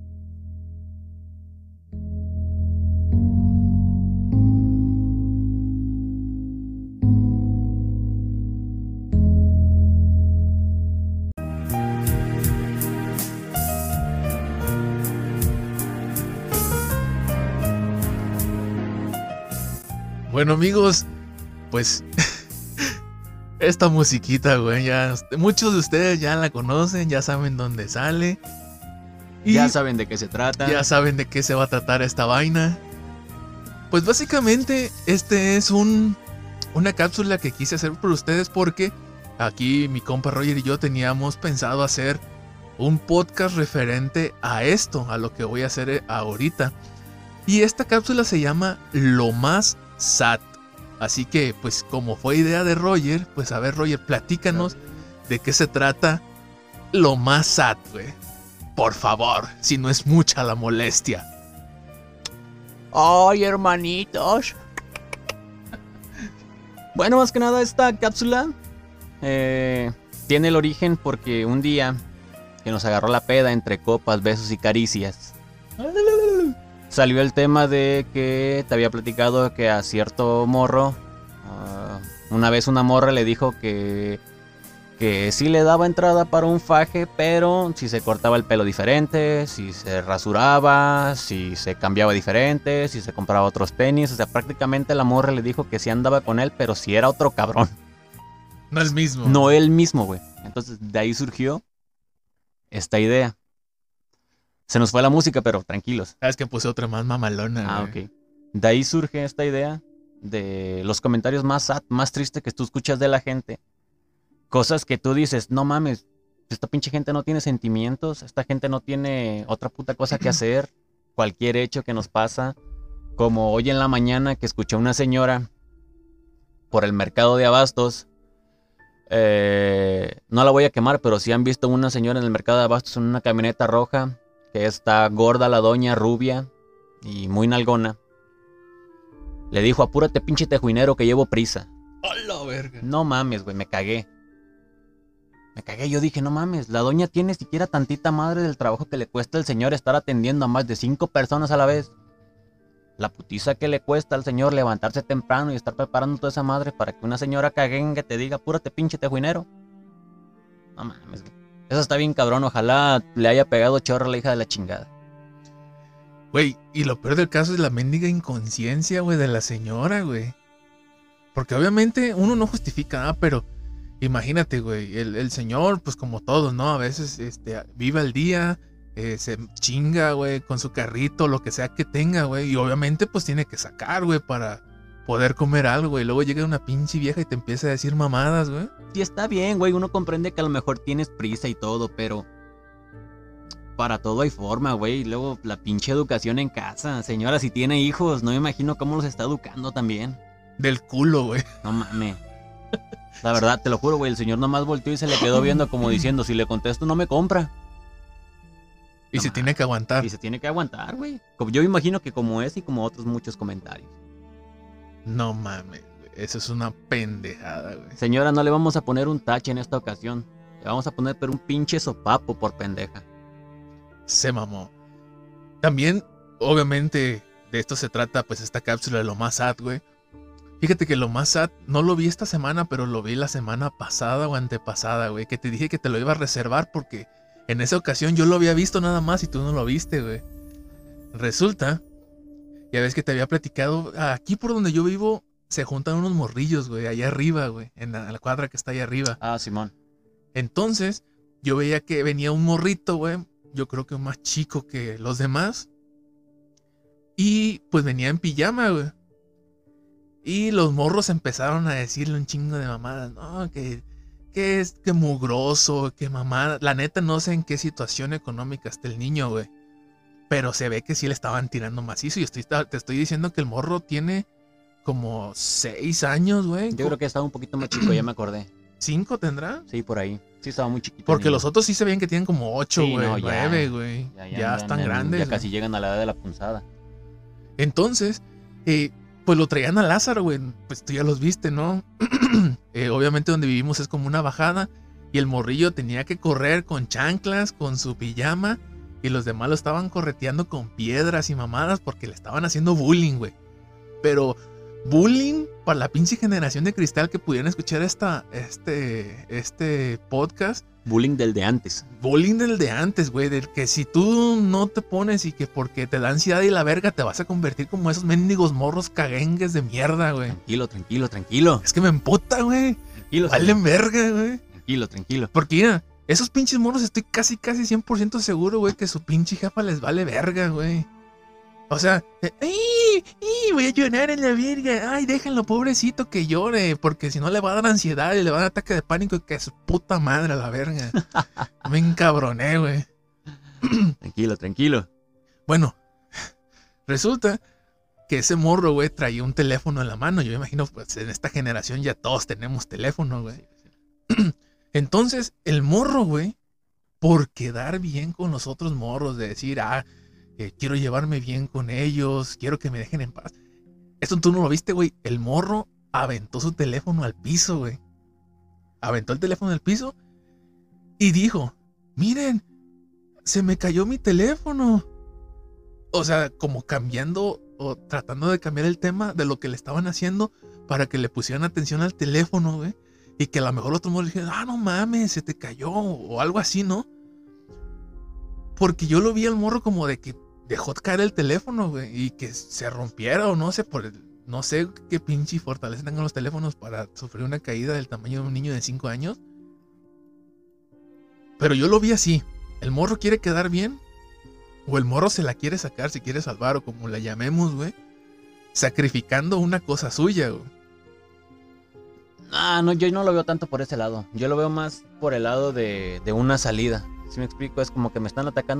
Bueno, amigos, pues esta musiquita, güey, ya muchos de ustedes ya la conocen, ya saben dónde sale. Y ya saben de qué se trata. Ya saben de qué se va a tratar esta vaina. Pues básicamente este es una cápsula que quise hacer por ustedes porque aquí mi compa Roger y yo teníamos pensado hacer un podcast referente a esto, a lo que voy a hacer ahorita. Y esta cápsula se llama Lo Más Sad. Así que, pues como fue idea de Roger, pues a ver, Roger, platícanos de qué se trata Lo Más Sad, güey. Por favor, si no es mucha la molestia. Ay, hermanitos. Bueno, más que nada esta cápsula tiene el origen porque un día que nos agarró la peda entre copas, besos y caricias, salió el tema de que te había platicado que a cierto morro, una vez una morra le dijo que sí le daba entrada para un faje, pero si se cortaba el pelo diferente, si se rasuraba, si se cambiaba diferente, si se compraba otros tenis. O sea, prácticamente la morra le dijo que sí andaba con él, pero si era otro cabrón. No el mismo. No el mismo, güey. Entonces de ahí surgió esta idea. Se nos fue la música, pero tranquilos. Es que puse otra más mamalona. Ok. De ahí surge esta idea de los comentarios más sad, más tristes que tú escuchas de la gente. Cosas que tú dices, no mames, esta pinche gente no tiene sentimientos, esta gente no tiene otra puta cosa que hacer. Cualquier hecho que nos pasa, como hoy en la mañana que escuché a una señora por el mercado de abastos. No la voy a quemar, pero sí han visto una señora en el mercado de abastos en una camioneta roja, que está gorda la doña, rubia y muy nalgona. Le dijo, apúrate pinche tejuinero que llevo prisa. ¡Hola, verga! No mames, güey, me cagué. Yo dije, no mames, la doña tiene siquiera tantita madre del trabajo que le cuesta al señor estar atendiendo a más de 5 personas a la vez. La putiza que le cuesta al señor levantarse temprano y estar preparando toda esa madre para que una señora caguengue te diga, apúrate pinche tejuinero. No mames, güey. Eso está bien cabrón, ojalá le haya pegado chorro a la hija de la chingada. Güey, y lo peor del caso es la mendiga inconsciencia, güey, de la señora, güey. Porque obviamente uno no justifica, pero imagínate, güey, el señor, pues como todos, ¿no? A veces vive al día, se chinga, güey, con su carrito, lo que sea que tenga, güey. Y obviamente pues tiene que sacar, güey, para poder comer algo, güey. Luego llega una pinche vieja y te empieza a decir mamadas, güey. Sí, está bien, güey, uno comprende que a lo mejor tienes prisa y todo, pero para todo hay forma, güey. Y luego la pinche educación en casa. Señora, si tiene hijos, no me imagino cómo los está educando también. Del culo, güey. No mames. La verdad, te lo juro, güey, el señor nomás volteó y se le quedó viendo como diciendo, si le contesto no me compra. Y se tiene que aguantar. Y se tiene que aguantar, güey. Yo imagino que como es y como otros muchos comentarios. No mames, güey. Eso es una pendejada, güey. Señora, no le vamos a poner un tache en esta ocasión. Le vamos a poner pero un pinche sopapo por pendeja. Se mamó. También, obviamente, de esto se trata pues esta cápsula de lo más sad, güey. Fíjate que lo más sad no lo vi esta semana, pero lo vi la semana pasada o antepasada, güey. Que te dije que te lo iba a reservar porque en esa ocasión yo lo había visto nada más y tú no lo viste, güey. Resulta, ya ves que te había platicado, aquí por donde yo vivo se juntan unos morrillos, güey, allá arriba, güey, en la cuadra que está allá arriba. Ah, Simón. Entonces, yo veía que venía un morrito, güey, yo creo que más chico que los demás. Y pues venía en pijama, güey. Y los morros empezaron a decirle un chingo de mamadas, no, que mugroso, que mamada. La neta no sé en qué situación económica está el niño, güey. Pero se ve que sí le estaban tirando macizo. Y te estoy diciendo que el morro tiene como 6 años, güey. Yo creo que estaba un poquito más chico, ya me acordé. ¿5 tendrá? Sí, por ahí. Sí, estaba muy chiquito. Porque los otros sí se ven que tienen como 8, Sí, güey, no, 9, güey. Ya están grandes. Ya güey. casi llegan a la edad de la punzada. Entonces, pues lo traían a Lázaro, güey. Pues tú ya los viste, ¿no? Obviamente donde vivimos es como una bajada. Y el morrillo tenía que correr con chanclas, con su pijama. Y los demás lo estaban correteando con piedras y mamadas porque le estaban haciendo bullying, güey. Pero bullying para la pinche generación de cristal que pudieran escuchar este podcast. Bullying del de antes. Bullying del de antes, güey. Del que si tú no te pones y que porque te da ansiedad y la verga te vas a convertir como esos mendigos morros caguengues de mierda, güey. Tranquilo. Es que me emputa, güey. Tranquilo. Valen verga, güey. Tranquilo. Porque mira, esos pinches morros estoy casi 100% seguro, güey, que su pinche jefa les vale verga, güey. O sea, voy a llorar en la verga. Ay, déjenlo, pobrecito, que llore. Porque si no le va a dar ansiedad y le va a dar ataque de pánico y que su puta madre a la verga. Me encabroné, güey. Tranquilo. Bueno, resulta que ese morro, güey, traía un teléfono en la mano. Yo me imagino, pues en esta generación ya todos tenemos teléfono, güey. Entonces, el morro, güey, por quedar bien con los otros morros, de decir, quiero llevarme bien con ellos, quiero que me dejen en paz. Esto tú no lo viste, güey. El morro aventó su teléfono al piso, güey. Aventó el teléfono al piso y dijo, miren, se me cayó mi teléfono. O sea, como cambiando o tratando de cambiar el tema de lo que le estaban haciendo para que le pusieran atención al teléfono, güey. Y que a lo mejor otros morros dijeron, no mames, se te cayó o algo así, ¿no? Porque yo lo vi al morro como de que dejó caer el teléfono, güey, y que se rompiera o no sé, no sé qué pinche fortaleza tengan los teléfonos para sufrir una caída del tamaño de un niño de 5 años. Pero yo lo vi así. El morro quiere quedar bien, o el morro se la quiere sacar, se quiere salvar, o como la llamemos, güey, sacrificando una cosa suya, güey. No, yo no lo veo tanto por ese lado. Yo lo veo más por el lado de una salida. Si me explico, es como que me están atacando.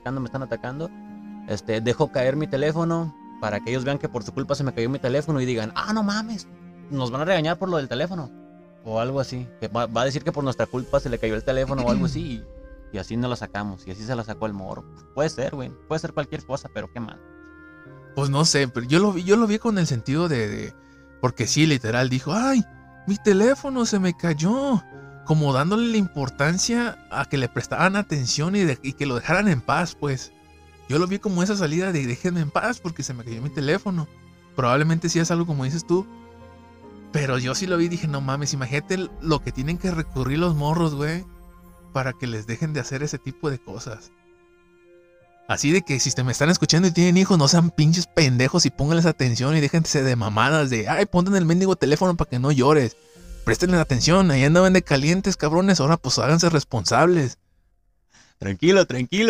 Dejo caer mi teléfono para que ellos vean que por su culpa se me cayó mi teléfono y digan, no mames, nos van a regañar por lo del teléfono. O algo así, que va a decir que por nuestra culpa se le cayó el teléfono o algo así. Y así no la sacamos, y así se la sacó el morro. Puede ser, güey, puede ser cualquier cosa, pero qué mal. Pues no sé, pero yo lo vi con el sentido de porque sí, literal, dijo, ay, mi teléfono se me cayó. Como dándole la importancia a que le prestaran atención y que lo dejaran en paz, pues. Yo lo vi como esa salida de déjenme en paz porque se me cayó mi teléfono. Probablemente sí es algo como dices tú. Pero yo sí lo vi y dije, no mames, imagínate lo que tienen que recurrir los morros, güey, para que les dejen de hacer ese tipo de cosas. Así de que si me están escuchando y tienen hijos, no sean pinches pendejos y pónganles atención y déjense de mamadas de, ponte en el mendigo teléfono para que no llores. Préstenle atención, ahí andaban de calientes, cabrones, ahora pues háganse responsables. Tranquilo.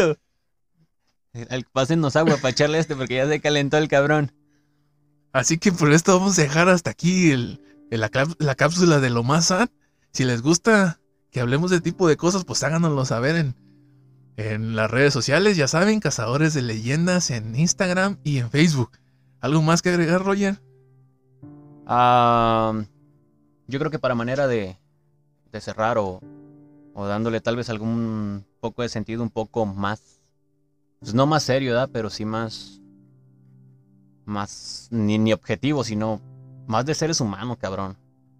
Pásennos agua para echarle porque ya se calentó el cabrón. Así que por esto vamos a dejar hasta aquí la cápsula de lo más sad. Si les gusta que hablemos de tipo de cosas, pues háganoslo saber en las redes sociales. Ya saben, Cazadores de Leyendas en Instagram y en Facebook. ¿Algo más que agregar, Roger? Yo creo que para manera de cerrar o dándole tal vez algún poco de sentido un poco más, pues no más serio, ¿verdad? Pero sí más ni objetivo, sino más de seres humanos, cabrón.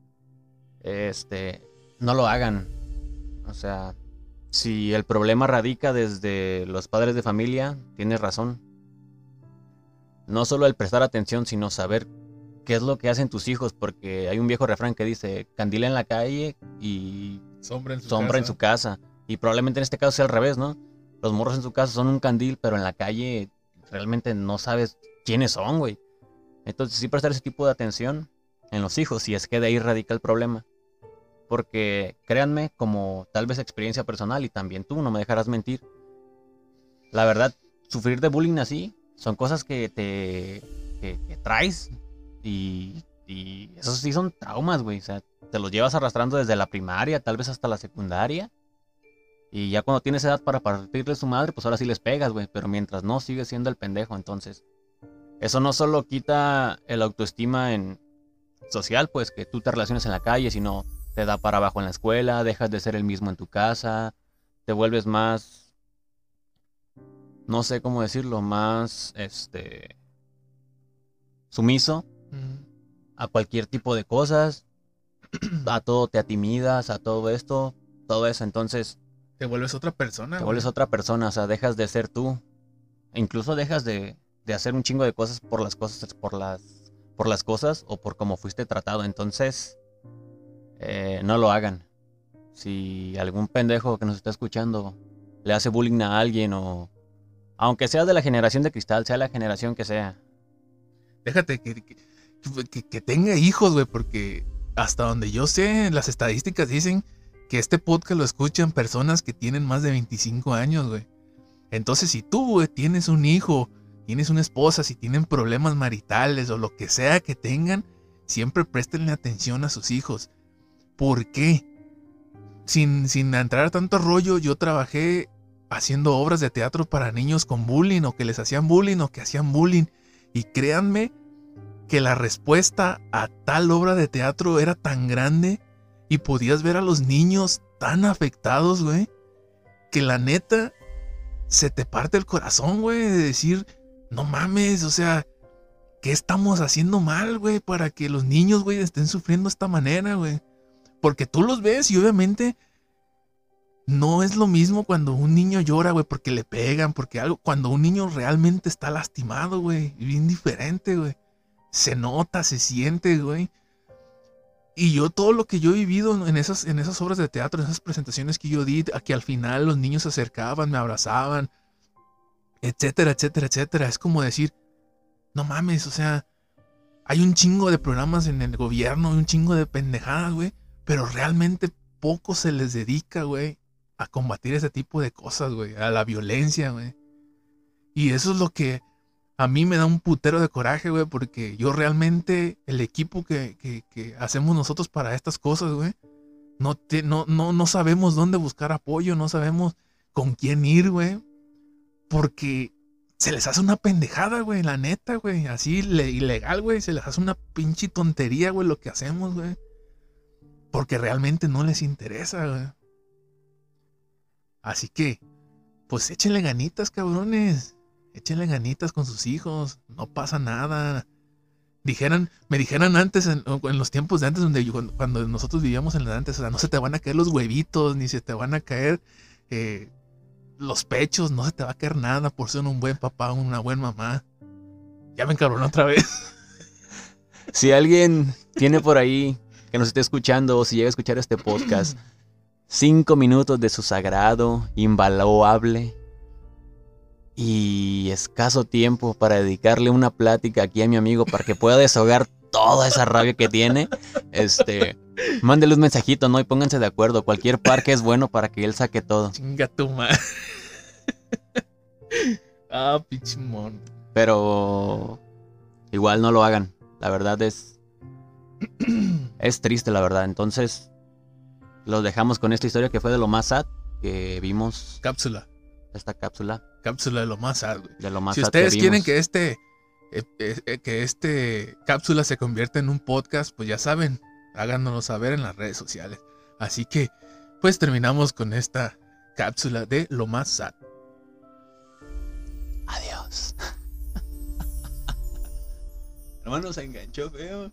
No lo hagan. O sea, si el problema radica desde los padres de familia, tienes razón. no solo el prestar atención, sino saber qué es lo que hacen tus hijos, porque hay un viejo refrán que dice, candil en la calle y Sombra en su casa. Y probablemente en este caso sea al revés, ¿no? Los morros en su casa son un candil, pero en la calle realmente no sabes quiénes son, güey. Entonces sí prestar ese tipo de atención en los hijos, si es que de ahí radica el problema. Porque créanme, como tal vez experiencia personal, y también tú, no me dejarás mentir, la verdad, sufrir de bullying así son cosas que que traes y esos sí son traumas, güey. O sea, te los llevas arrastrando desde la primaria, tal vez hasta la secundaria. Y ya cuando tienes edad para partirle su madre, pues ahora sí les pegas, güey. Pero mientras no, sigues siendo el pendejo. Entonces, eso no solo quita el autoestima en social, pues que tú te relaciones en la calle, sino te da para abajo en la escuela, dejas de ser el mismo en tu casa, te vuelves más, no sé cómo decirlo, más, sumiso a cualquier tipo de cosas, a todo te atimidas, a todo esto, todo eso. Entonces te vuelves otra persona. Te vuelves otra persona, o sea, dejas de ser tú. E incluso dejas de hacer un chingo de cosas por las cosas o por cómo fuiste tratado. Entonces, no lo hagan. Si algún pendejo que nos está escuchando le hace bullying a alguien, o aunque sea de la generación de cristal, sea la generación que sea, déjate que tenga hijos, güey, porque hasta donde yo sé, las estadísticas dicen que este podcast lo escuchan personas que tienen más de 25 años, güey. Entonces, si tú, güey, tienes un hijo, tienes una esposa, si tienen problemas maritales o lo que sea que tengan, siempre préstenle atención a sus hijos. ¿Por qué? Sin entrar a tanto rollo, yo trabajé haciendo obras de teatro para niños con bullying, o que les hacían bullying, o que hacían bullying. Y créanme que la respuesta a tal obra de teatro era tan grande y podías ver a los niños tan afectados, güey, que la neta se te parte el corazón, güey, de decir, no mames, o sea, ¿qué estamos haciendo mal, güey, para que los niños, güey, estén sufriendo de esta manera, güey? Porque tú los ves y obviamente no es lo mismo cuando un niño llora, güey, porque le pegan, porque algo, cuando un niño realmente está lastimado, güey, bien diferente, güey. Se nota, se siente, güey. Y yo todo lo que yo he vivido en esas obras de teatro, en esas presentaciones que yo di, a que al final los niños se acercaban, me abrazaban, etcétera, etcétera, etcétera. Es como decir, no mames, o sea, hay un chingo de programas en el gobierno, hay un chingo de pendejadas, güey, pero realmente poco se les dedica, güey, a combatir ese tipo de cosas, güey, a la violencia, güey. Y eso es lo que a mí me da un putero de coraje, güey, porque yo realmente, el equipo que hacemos nosotros para estas cosas, güey, no sabemos dónde buscar apoyo, no sabemos con quién ir, güey, porque se les hace una pendejada, güey, la neta, güey, así ilegal, güey, se les hace una pinche tontería, güey, lo que hacemos, güey, porque realmente no les interesa, güey. Así que, pues échenle ganitas, cabrones. Échenle ganitas con sus hijos. No pasa nada. Me dijeran antes, en los tiempos de antes, cuando nosotros vivíamos en la de antes, o sea, no se te van a caer los huevitos, ni se te van a caer los pechos, no se te va a caer nada por ser un buen papá, una buena mamá. Ya me encabronó otra vez. Si alguien tiene por ahí que nos esté escuchando, o si llega a escuchar este podcast, 5 minutos de su sagrado, invaluable y escaso tiempo para dedicarle una plática aquí a mi amigo para que pueda desahogar toda esa rabia que tiene, mándele un mensajito, ¿no? Y pónganse de acuerdo. Cualquier parque es bueno para que él saque todo. Chinga tu madre. Pichimón. Pero igual no lo hagan. La verdad es triste, la verdad. Entonces los dejamos con esta historia que fue de lo más sad que vimos. Cápsula. Esta cápsula. Cápsula de lo más sad, güey. De lo más si sad ustedes que quieren que este cápsula se convierta en un podcast, pues ya saben, háganoslo saber en las redes sociales. Así que, pues terminamos con esta cápsula de lo más sad. Adiós. Hermano, se enganchó feo.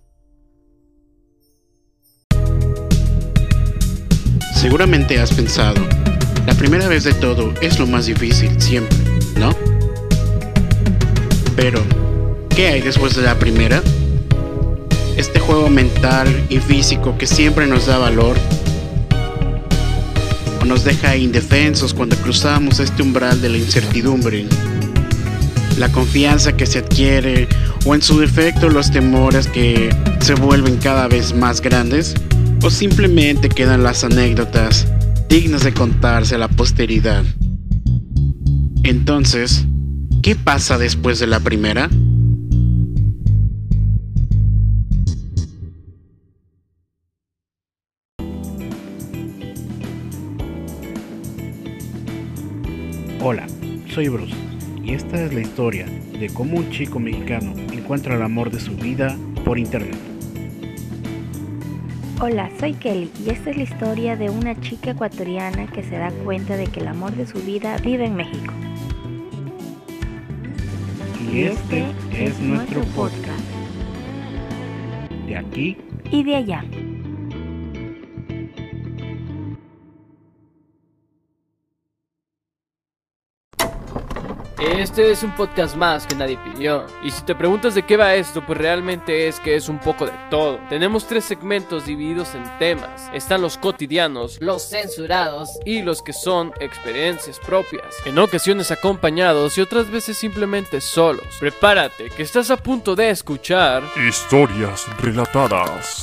Seguramente has pensado, la primera vez de todo es lo más difícil siempre, ¿no? Pero ¿Qué hay después de la primera? Este juego mental y físico que siempre nos da valor o nos deja indefensos cuando cruzamos este umbral de la incertidumbre. La confianza que se adquiere o en su defecto los temores que se vuelven cada vez más grandes o simplemente quedan las anécdotas dignas de contarse a la posteridad. Entonces, ¿qué pasa después de la primera? Hola, soy Bruce y esta es la historia de cómo un chico mexicano encuentra el amor de su vida por internet. Hola, soy Kelly y esta es la historia de una chica ecuatoriana que se da cuenta de que el amor de su vida vive en México. Y este es nuestro podcast. De aquí Y de allá. Este es un podcast más que nadie pidió. Y si te preguntas de qué va esto, pues realmente es que es un poco de todo. Tenemos 3 segmentos divididos en temas. Están los cotidianos, los censurados y los que son experiencias propias. En ocasiones acompañados y otras veces simplemente solos. Prepárate, que estás a punto de escuchar Historias relatadas.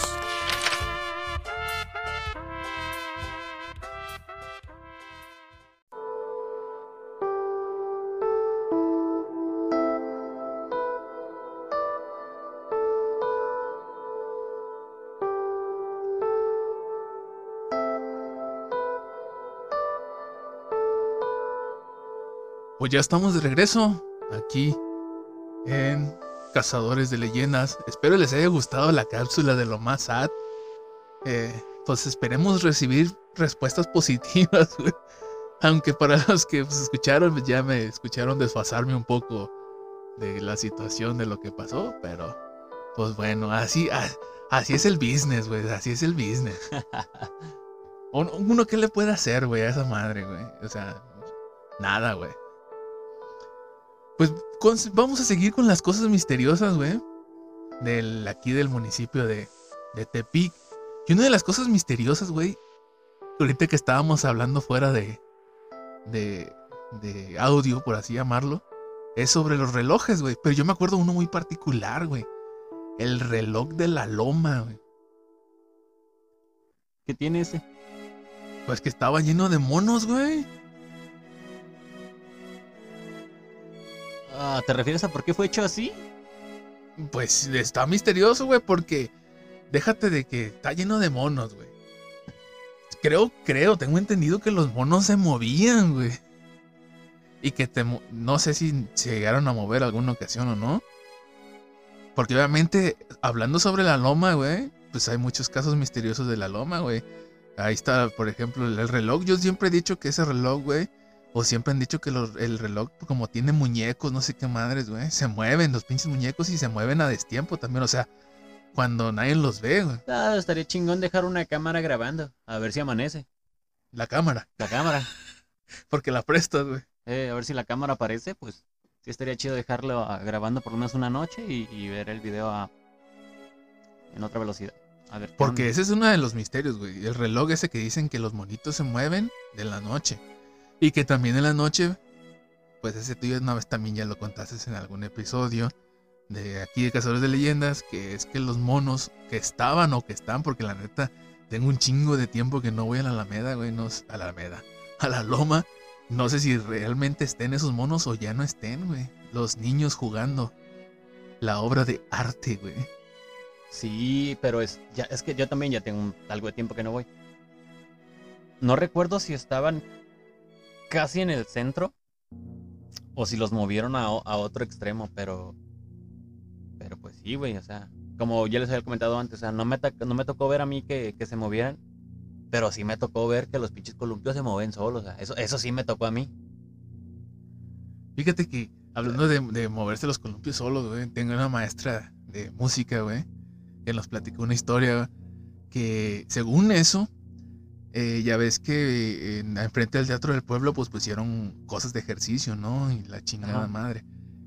Pues ya estamos de regreso aquí en Cazadores de Leyendas. Espero les haya gustado la cápsula de lo más sad. Pues esperemos recibir respuestas positivas, güey. Aunque para los que pues, escucharon, pues, ya me escucharon desfasarme un poco de la situación, de lo que pasó. Pero, pues bueno, así es el business, güey. Así es el business. Uno, ¿qué le puede hacer, güey, a esa madre, güey? O sea, nada, güey. Pues vamos a seguir con las cosas misteriosas, güey. Aquí del municipio de Tepic. Y una de las cosas misteriosas, güey, ahorita que estábamos hablando fuera de audio, por así llamarlo, es sobre los relojes, güey. Pero yo me acuerdo uno muy particular, güey. El reloj de la loma, güey. ¿Qué tiene ese? Pues que estaba lleno de monos, güey. ¿Te refieres a por qué fue hecho así? Pues está misterioso, güey, porque déjate de que está lleno de monos, güey. Tengo entendido que los monos se movían, güey. Y que no sé si se llegaron a mover alguna ocasión o no. Porque obviamente, hablando sobre la loma, güey, pues hay muchos casos misteriosos de la loma, güey. Ahí está, por ejemplo, el reloj. Yo siempre he dicho que ese reloj, güey, o siempre han dicho que el reloj, como tiene muñecos, no sé qué madres, güey, se mueven los pinches muñecos y se mueven a destiempo también, o sea, cuando nadie los ve, güey. Estaría chingón dejar una cámara grabando, a ver si amanece. La cámara. La cámara. Porque la prestas, güey. A ver si la cámara aparece, pues sí estaría chido dejarlo grabando por lo menos una noche y ver el video en otra velocidad. A ver. Porque ese es uno de los misterios, güey. El reloj ese que dicen que los monitos se mueven de la noche. Y que también en la noche, pues ese tuyo una vez también ya lo contaste en algún episodio de aquí de Cazadores de Leyendas, que es que los monos que estaban o que están, porque la neta tengo un chingo de tiempo que no voy a la Alameda, güey, a la Loma. No sé si realmente estén esos monos o ya no estén, güey. Los niños jugando la obra de arte, güey. Sí, pero es que yo también ya tengo algo de tiempo que no voy. No recuerdo si estaban casi en el centro o si los movieron a otro extremo, pero pues sí, güey, o sea, como ya les había comentado antes, o sea, no me tocó ver a mí que se movieran, pero sí me tocó ver que los pinches columpios se mueven solos, o sea, eso sí me tocó a mí. Fíjate que hablando de moverse los columpios solos, güey, tengo una maestra de música, güey, que nos platicó una historia que según eso, ya ves que enfrente del Teatro del Pueblo pues pusieron cosas de ejercicio, ¿no? Y la chingada madre.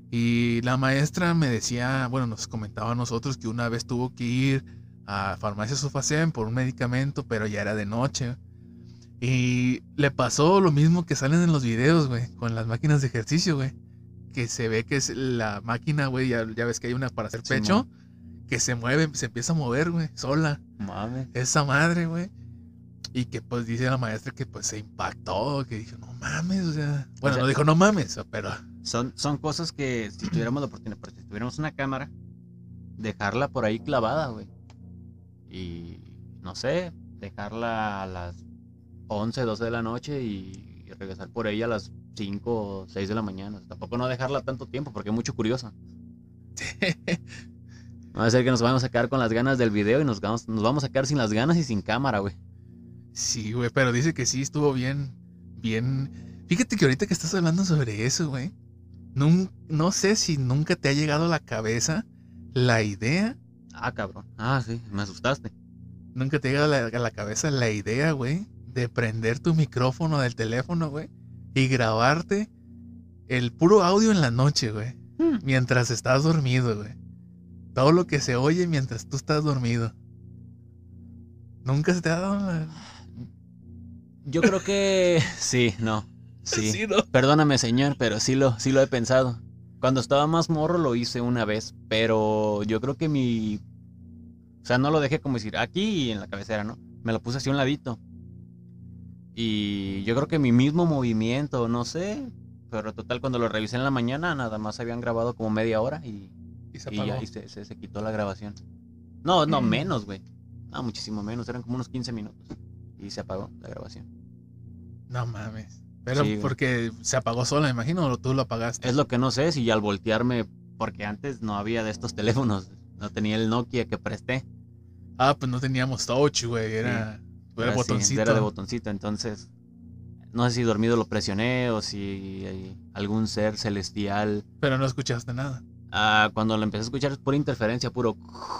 Y la maestra me decía, bueno, nos comentaba a nosotros que una vez tuvo que ir a Farmacia Sofacén por un medicamento, pero ya era de noche. Y le pasó lo mismo que salen en los videos, güey, con las máquinas de ejercicio, güey. Que se ve que es la máquina, güey, ya ves que hay una para hacer Sí, pecho, que se mueve, se empieza a mover, güey, sola. Mames. Esa madre, güey. Y que pues dice la maestra que pues se impactó, que dijo, no mames, o sea... Bueno, O sea, no dijo no mames, pero... Son cosas que si tuviéramos la oportunidad, pero si tuviéramos una cámara, dejarla por ahí clavada, güey. Y no sé, dejarla a las 11, 12 de la noche y regresar por ella a las 5 o 6 de la mañana. O sea, tampoco no dejarla tanto tiempo porque hay mucho curioso. No va a ser que nos vamos a quedar con las ganas del video y nos vamos a quedar sin las ganas y sin cámara, güey. Sí, güey, pero dice que sí estuvo bien, bien... Fíjate que ahorita que estás hablando sobre eso, güey, no sé si nunca te ha llegado a la cabeza la idea, Ah, cabrón. Ah, sí, me asustaste. nunca te ha llegado a la cabeza la idea, güey, de prender tu micrófono del teléfono, güey, y grabarte el puro audio en la noche, güey, mientras estás dormido, güey. Todo lo que se oye mientras tú estás dormido. ¿Nunca se te ha dado la... Yo creo que sí, no. Sí. Sí, ¿no? Perdóname, señor, pero sí lo he pensado. Cuando estaba más morro lo hice una vez, pero yo creo que o sea, no lo dejé como decir aquí y en la cabecera, ¿no? Me lo puse así a un ladito. Y yo creo que mi mismo movimiento, no sé, pero total cuando lo revisé en la mañana nada más habían grabado como media hora y se ya apagó. y se quitó la grabación. No, menos, güey. No, muchísimo menos, eran como unos 15 minutos y se apagó la grabación. No mames. Pero Sí, güey. porque se apagó sola, me imagino, o tú lo apagaste. Es lo que no sé, si al voltearme, porque antes no había de estos teléfonos, no tenía el Nokia que presté. Ah, pues no teníamos touch, güey, era Era así, botoncito. era de botoncito, entonces no sé si dormido lo presioné o si hay algún ser celestial. Pero no escuchaste nada. Cuando lo empecé a escuchar es pura interferencia, puro...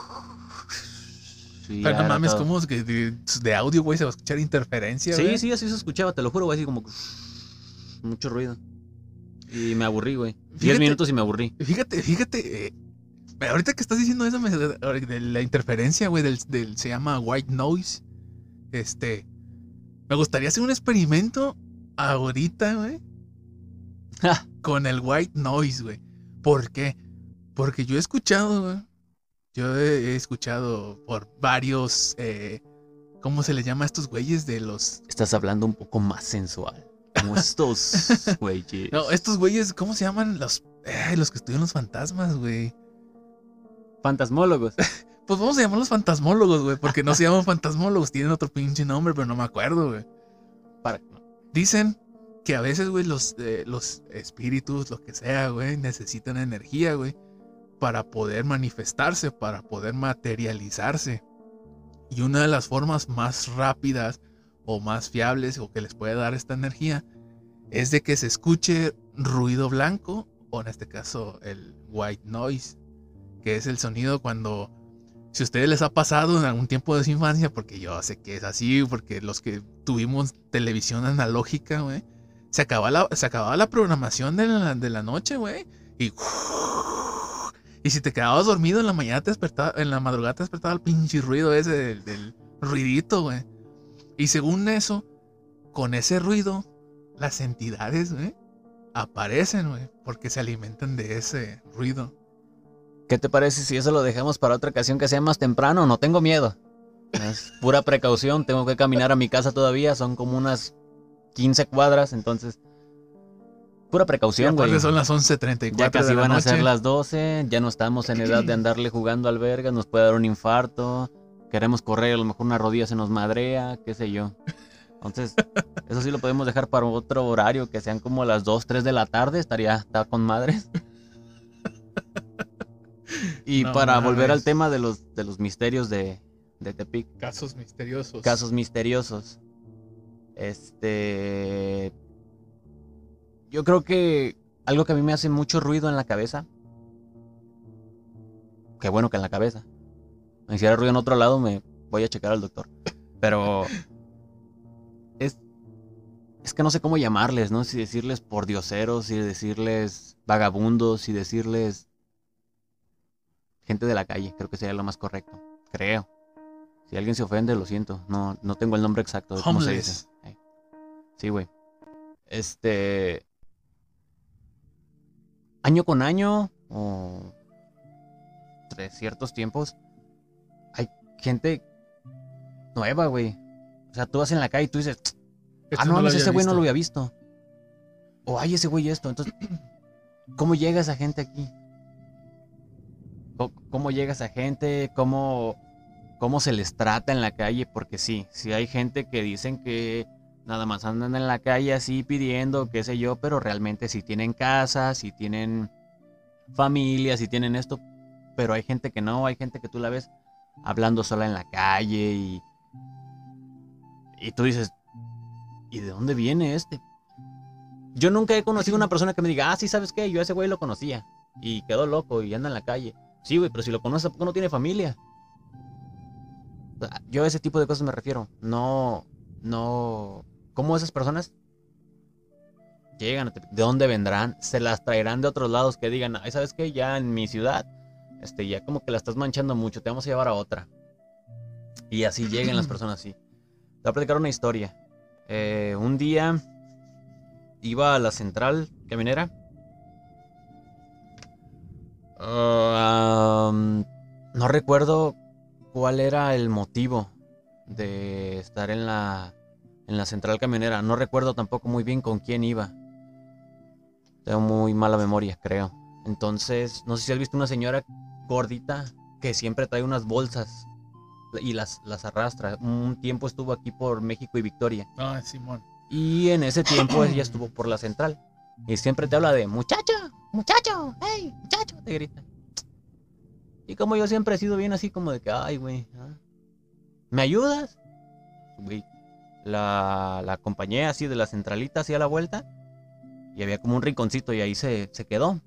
Sí, Pero ya no era mames, todo. ¿cómo es que de audio, güey, se va a escuchar interferencia, güey? Sí, así se escuchaba, te lo juro, güey, así como... Mucho ruido. Y me aburrí, güey. 10 Fíjate- minutos y me aburrí. Fíjate, ahorita que estás diciendo eso de la interferencia, güey, se llama white noise. Me gustaría hacer un experimento ahorita, güey, con el white noise, güey. ¿Por qué? Porque yo he escuchado, güey. Yo he escuchado por varios, ¿cómo se les llama a estos güeyes de los... Estás hablando un poco más sensual. Como estos güeyes. No, estos güeyes, ¿cómo se llaman? Los que estudian los fantasmas, güey. Fantasmólogos. Pues vamos a llamarlos fantasmólogos, güey, porque no se llaman fantasmólogos, tienen otro pinche nombre, pero no me acuerdo, güey. Dicen que a veces, güey, los espíritus, lo que sea, güey, necesitan energía, güey, para poder manifestarse, para poder materializarse. Y una de las formas más rápidas o más fiables o que les puede dar esta energía es de que se escuche ruido blanco, o en este caso el white noise, que es el sonido cuando, si a ustedes les ha pasado en algún tiempo de su infancia, porque yo sé que es así, porque los que tuvimos televisión analógica, güey, se acababa la programación de la noche, güey, y si te quedabas dormido en la mañana en la madrugada te despertaba el pinche ruido ese del ruidito, güey. Y según eso, con ese ruido, las entidades, güey, aparecen, güey, porque se alimentan de ese ruido. ¿Qué te parece si eso lo dejamos para otra ocasión que sea más temprano? No tengo miedo. Es pura precaución, tengo que caminar a mi casa todavía, son como unas 15 cuadras, entonces... Pura Y precaución, aparte güey. son las 11:34 Ya casi de la van a noche. ser las 12, ya no estamos en edad de andarle jugando albergas, nos puede dar un infarto, queremos correr, a lo mejor una rodilla se nos madrea, qué sé yo. Entonces, eso sí lo podemos dejar para otro horario, que sean como las 2, 3 de la tarde, está con madres. Y No para volver mames. al tema de los misterios de Tepic, Casos misteriosos. casos misteriosos. Yo creo que algo que a mí me hace mucho ruido en la cabeza. Qué bueno que en la cabeza. Me hiciera ruido en otro lado, me voy a checar al doctor. Pero es Es que no sé cómo llamarles, ¿no? Si decirles pordioseros, si decirles vagabundos, si decirles gente de la calle. Creo que sería lo más correcto. Creo. Si alguien se ofende, lo siento. No tengo el nombre exacto de cómo se dice. Sí, güey. Año con año, o entre ciertos tiempos, hay gente nueva, güey. O sea, tú vas en la calle y tú dices, no, ese güey no lo había visto. O ay, ese güey esto. Entonces, ¿cómo llega esa gente aquí? ¿Cómo llega esa gente? ¿Cómo se les trata en la calle? Porque sí hay gente que dicen que nada más andan en la calle así pidiendo, qué sé yo, pero realmente sí tienen casa, sí tienen familia, sí tienen esto. Pero hay gente que no, hay gente que tú la ves hablando sola en la calle y tú dices, ¿y de dónde viene este? Yo nunca he conocido una persona que me diga, sí, ¿sabes qué? Yo a ese güey lo conocía y quedó loco y anda en la calle. Sí, güey, pero si lo conoces, ¿por qué no tiene familia? Yo a ese tipo de cosas me refiero. No. ¿Cómo esas personas llegan? ¿De dónde vendrán? ¿Se las traerán de otros lados que digan, ay, ¿sabes qué? Ya en mi ciudad, ya como que la estás manchando mucho, te vamos a llevar a otra? Y así lleguen las personas así. Te voy a platicar una historia. Un día iba a la central camionera. No recuerdo cuál era el motivo de estar en la central camionera. No recuerdo tampoco muy bien con quién iba. Tengo muy mala memoria, creo. Entonces, no sé si has visto una señora gordita que siempre trae unas bolsas y las arrastra. Un tiempo estuvo aquí por México y Victoria. Simón. Y en ese tiempo ella estuvo por la central. Y siempre te habla de muchacho, hey, muchacho, te grita. Y como yo siempre he sido bien así como de que, ay, güey, ¿me ayudas? Güey, la acompañé así de la centralita hacia la vuelta. Y había como un rinconcito y ahí se quedó.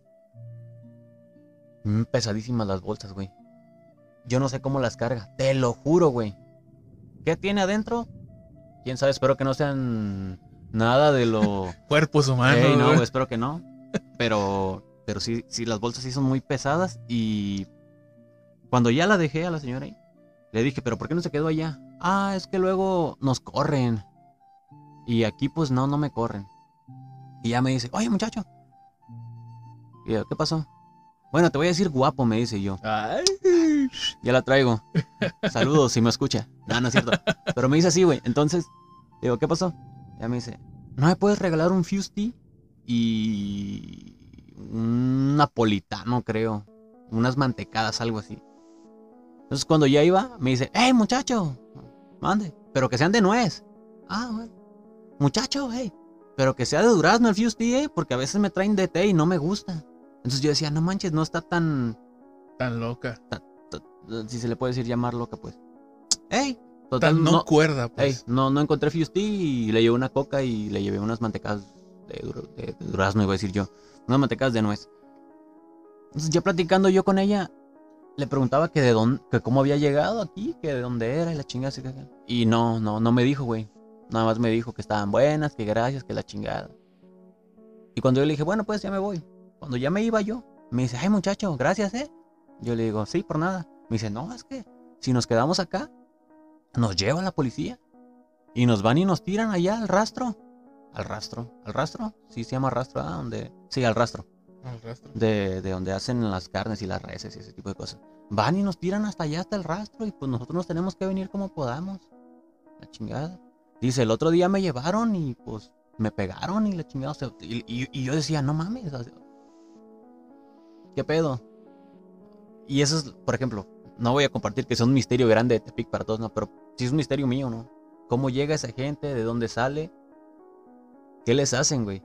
Pesadísimas las bolsas, güey. Yo no sé cómo las carga, te lo juro, güey. ¿Qué tiene adentro? Quién sabe, espero que no sean nada de lo... Cuerpos humanos. No, espero que no. Pero sí, las bolsas sí son muy pesadas. Y cuando ya la dejé a la señora ahí, le dije, ¿pero por qué no se quedó allá? Es que luego nos corren. Y aquí pues no me corren. Y ya me dice, oye, muchacho. Y yo, ¿qué pasó? Bueno, te voy a decir guapo, me dice yo. Ay. Ya la traigo. Saludos, si me escucha. No es cierto. Pero me dice así, güey. Entonces, digo, ¿qué pasó? Ya me dice, ¿no me puedes regalar un Fusti? Y un napolitano, creo. Unas mantecadas, algo así. Entonces, cuando ya iba, me dice, ¡hey, muchacho! Mande, pero que sean de nuez. Bueno. Muchacho, hey. Pero que sea de durazno el Fusti, porque a veces me traen de té y no me gusta. Entonces yo decía, no manches, no está tan loca. Si se le puede decir llamar loca, pues. ¡Ey! Total, no cuerda, pues. Ey, no encontré Fusti y le llevé una coca y le llevé unas mantecadas de durazno, iba a decir yo. Unas mantecadas de nuez. Entonces ya platicando yo con ella, le preguntaba que de dónde, que cómo había llegado aquí, que de dónde era y la chingada. Y no me dijo, güey. Nada más me dijo que estaban buenas, que gracias, que la chingada. Y cuando yo le dije, bueno, pues ya me voy. Cuando ya me iba yo, me dice, ay, muchacho, gracias, Yo le digo, sí, por nada. Me dice, no, es que si nos quedamos acá, nos lleva la policía. Y nos van y nos tiran allá al rastro. ¿Al rastro? Sí, se llama rastro, Sí, al rastro. Al rastro. De donde hacen las carnes y las reses y ese tipo de cosas. Van y nos tiran hasta allá, hasta el rastro. Y pues nosotros nos tenemos que venir como podamos. La chingada. Dice, el otro día me llevaron y pues me pegaron y la chingada. Y yo decía, no mames. ¿Qué pedo? Y eso es, por ejemplo, no voy a compartir que sea un misterio grande de Tepic para todos, no, pero sí es un misterio mío, ¿no? ¿Cómo llega esa gente? ¿De dónde sale? ¿Qué les hacen, güey?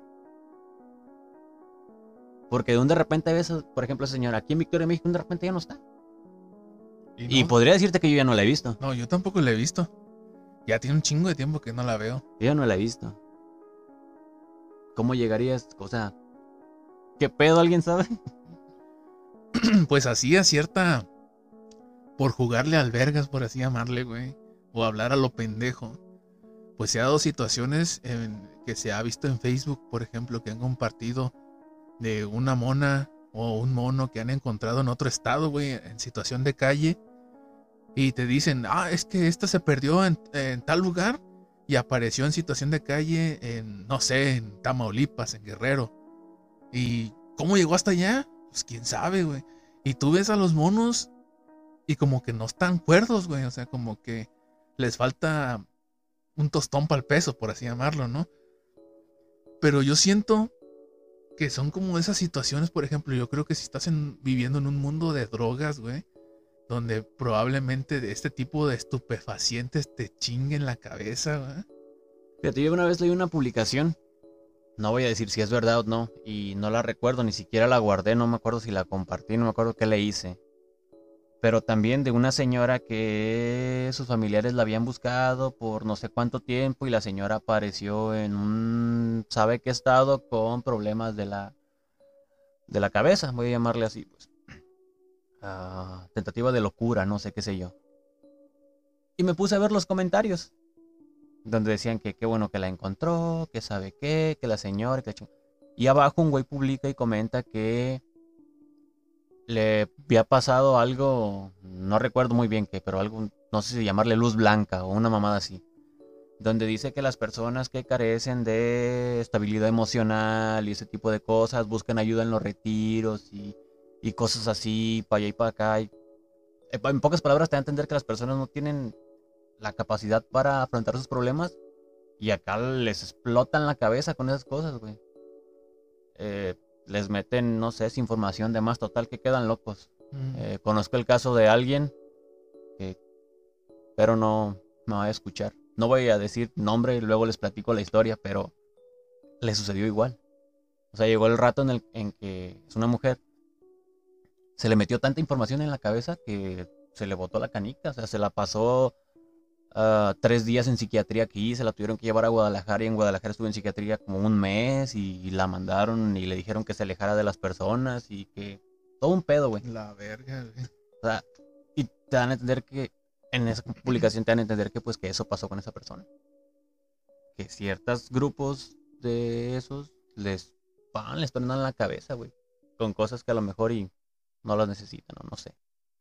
Porque de repente ves, por ejemplo, esa señora aquí en Victoria, México, de repente ya no está. Y podría decirte que yo ya no la he visto. No, yo tampoco la he visto. Ya tiene un chingo de tiempo que no la veo. Yo ya no la he visto. ¿Cómo llegarías? O sea, ¿qué pedo? ¿Alguien sabe? Pues así a cierta... Por jugarle albergas, por así llamarle, güey. O hablar a lo pendejo. pues se ha dado situaciones que se ha visto en Facebook, por ejemplo, que han compartido de una mona o un mono que han encontrado en otro estado, güey, en situación de calle. Y te dicen, es que esta se perdió en tal lugar y apareció en situación de calle en, no sé, en Tamaulipas, en Guerrero. ¿Y cómo llegó hasta allá? Pues quién sabe, güey. Y tú ves a los monos y como que no están cuerdos, güey. O sea, como que les falta un tostón para el peso, por así llamarlo, ¿no? Pero yo siento que son como esas situaciones, por ejemplo, yo creo que si estás viviendo en un mundo de drogas, güey, donde probablemente de este tipo de estupefacientes te chinguen la cabeza, güey. Fíjate, yo una vez leí una publicación, no voy a decir si es verdad o no, y no la recuerdo, ni siquiera la guardé, no me acuerdo si la compartí, no me acuerdo qué le hice. Pero también de una señora que sus familiares la habían buscado por no sé cuánto tiempo y la señora apareció en un sabe qué estado con problemas de la cabeza, voy a llamarle así, pues. Tentativa de locura, no sé qué sé yo. Y me puse a ver los comentarios, donde decían que qué bueno que la encontró, que sabe qué, que la señora, que y abajo un güey publica y comenta que le había pasado algo, no recuerdo muy bien qué, pero algo, no sé si llamarle luz blanca o una mamada así, donde dice que las personas que carecen de estabilidad emocional y ese tipo de cosas buscan ayuda en los retiros y cosas así, para allá y para acá. En pocas palabras te da a entender que las personas no tienen la capacidad para afrontar sus problemas y acá les explotan la cabeza con esas cosas, güey. Les meten, no sé, es información de más, total que quedan locos. Conozco el caso de alguien que, pero no me va a escuchar. No voy a decir nombre y luego les platico la historia, pero le sucedió igual. O sea, llegó el rato en que es una mujer, se le metió tanta información en la cabeza que se le botó la canica. O sea, se la pasó 3 días en psiquiatría aquí, se la tuvieron que llevar a Guadalajara y en Guadalajara estuvo en psiquiatría como un mes y la mandaron y le dijeron que se alejara de las personas y que todo un pedo, güey. La verga, güey. O sea, y te dan a entender que en esa publicación te dan a entender que pues que eso pasó con esa persona. Que ciertos grupos de esos les prenden la cabeza, güey, con cosas que a lo mejor y no las necesitan, no sé.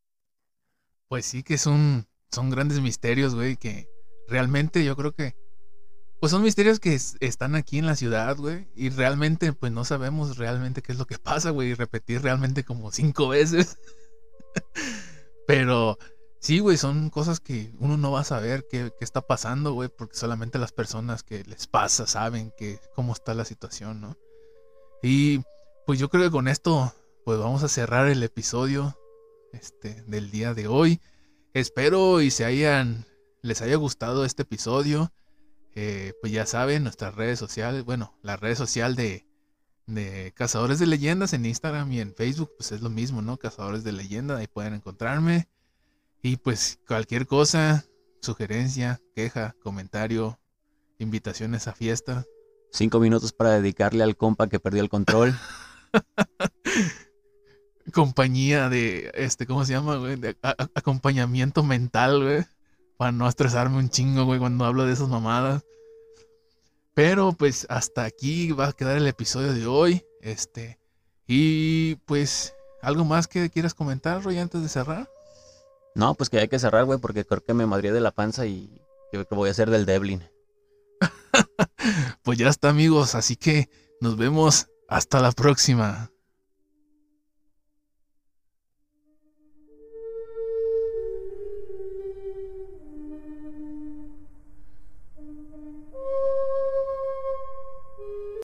Pues sí que son grandes misterios, güey, que realmente yo creo que pues son misterios que están aquí en la ciudad, güey, y realmente pues no sabemos realmente qué es lo que pasa, güey, y repetir realmente como 5 veces. Pero sí, güey, son cosas que uno no va a saber qué está pasando, güey, porque solamente las personas que les pasa saben cómo está la situación, ¿no? Y pues yo creo que con esto pues vamos a cerrar el episodio del día de hoy. Espero y les haya gustado este episodio. Pues ya saben, nuestras redes sociales, bueno, la red social de Cazadores de Leyendas en Instagram y en Facebook, pues es lo mismo, ¿no? Cazadores de Leyendas, ahí pueden encontrarme. Y pues cualquier cosa, sugerencia, queja, comentario, invitaciones a fiesta. 5 minutos para dedicarle al compa que perdió el control. Compañía de, ¿cómo se llama, güey? De acompañamiento mental, güey. Para no estresarme un chingo, güey, cuando hablo de esas mamadas. Pero pues hasta aquí va a quedar el episodio de hoy. Y pues, ¿algo más que quieras comentar, Roy, antes de cerrar? No, pues que hay que cerrar, güey, porque creo que me madrié de la panza y creo que voy a hacer del Devlin. Pues ya está, amigos, así que nos vemos hasta la próxima.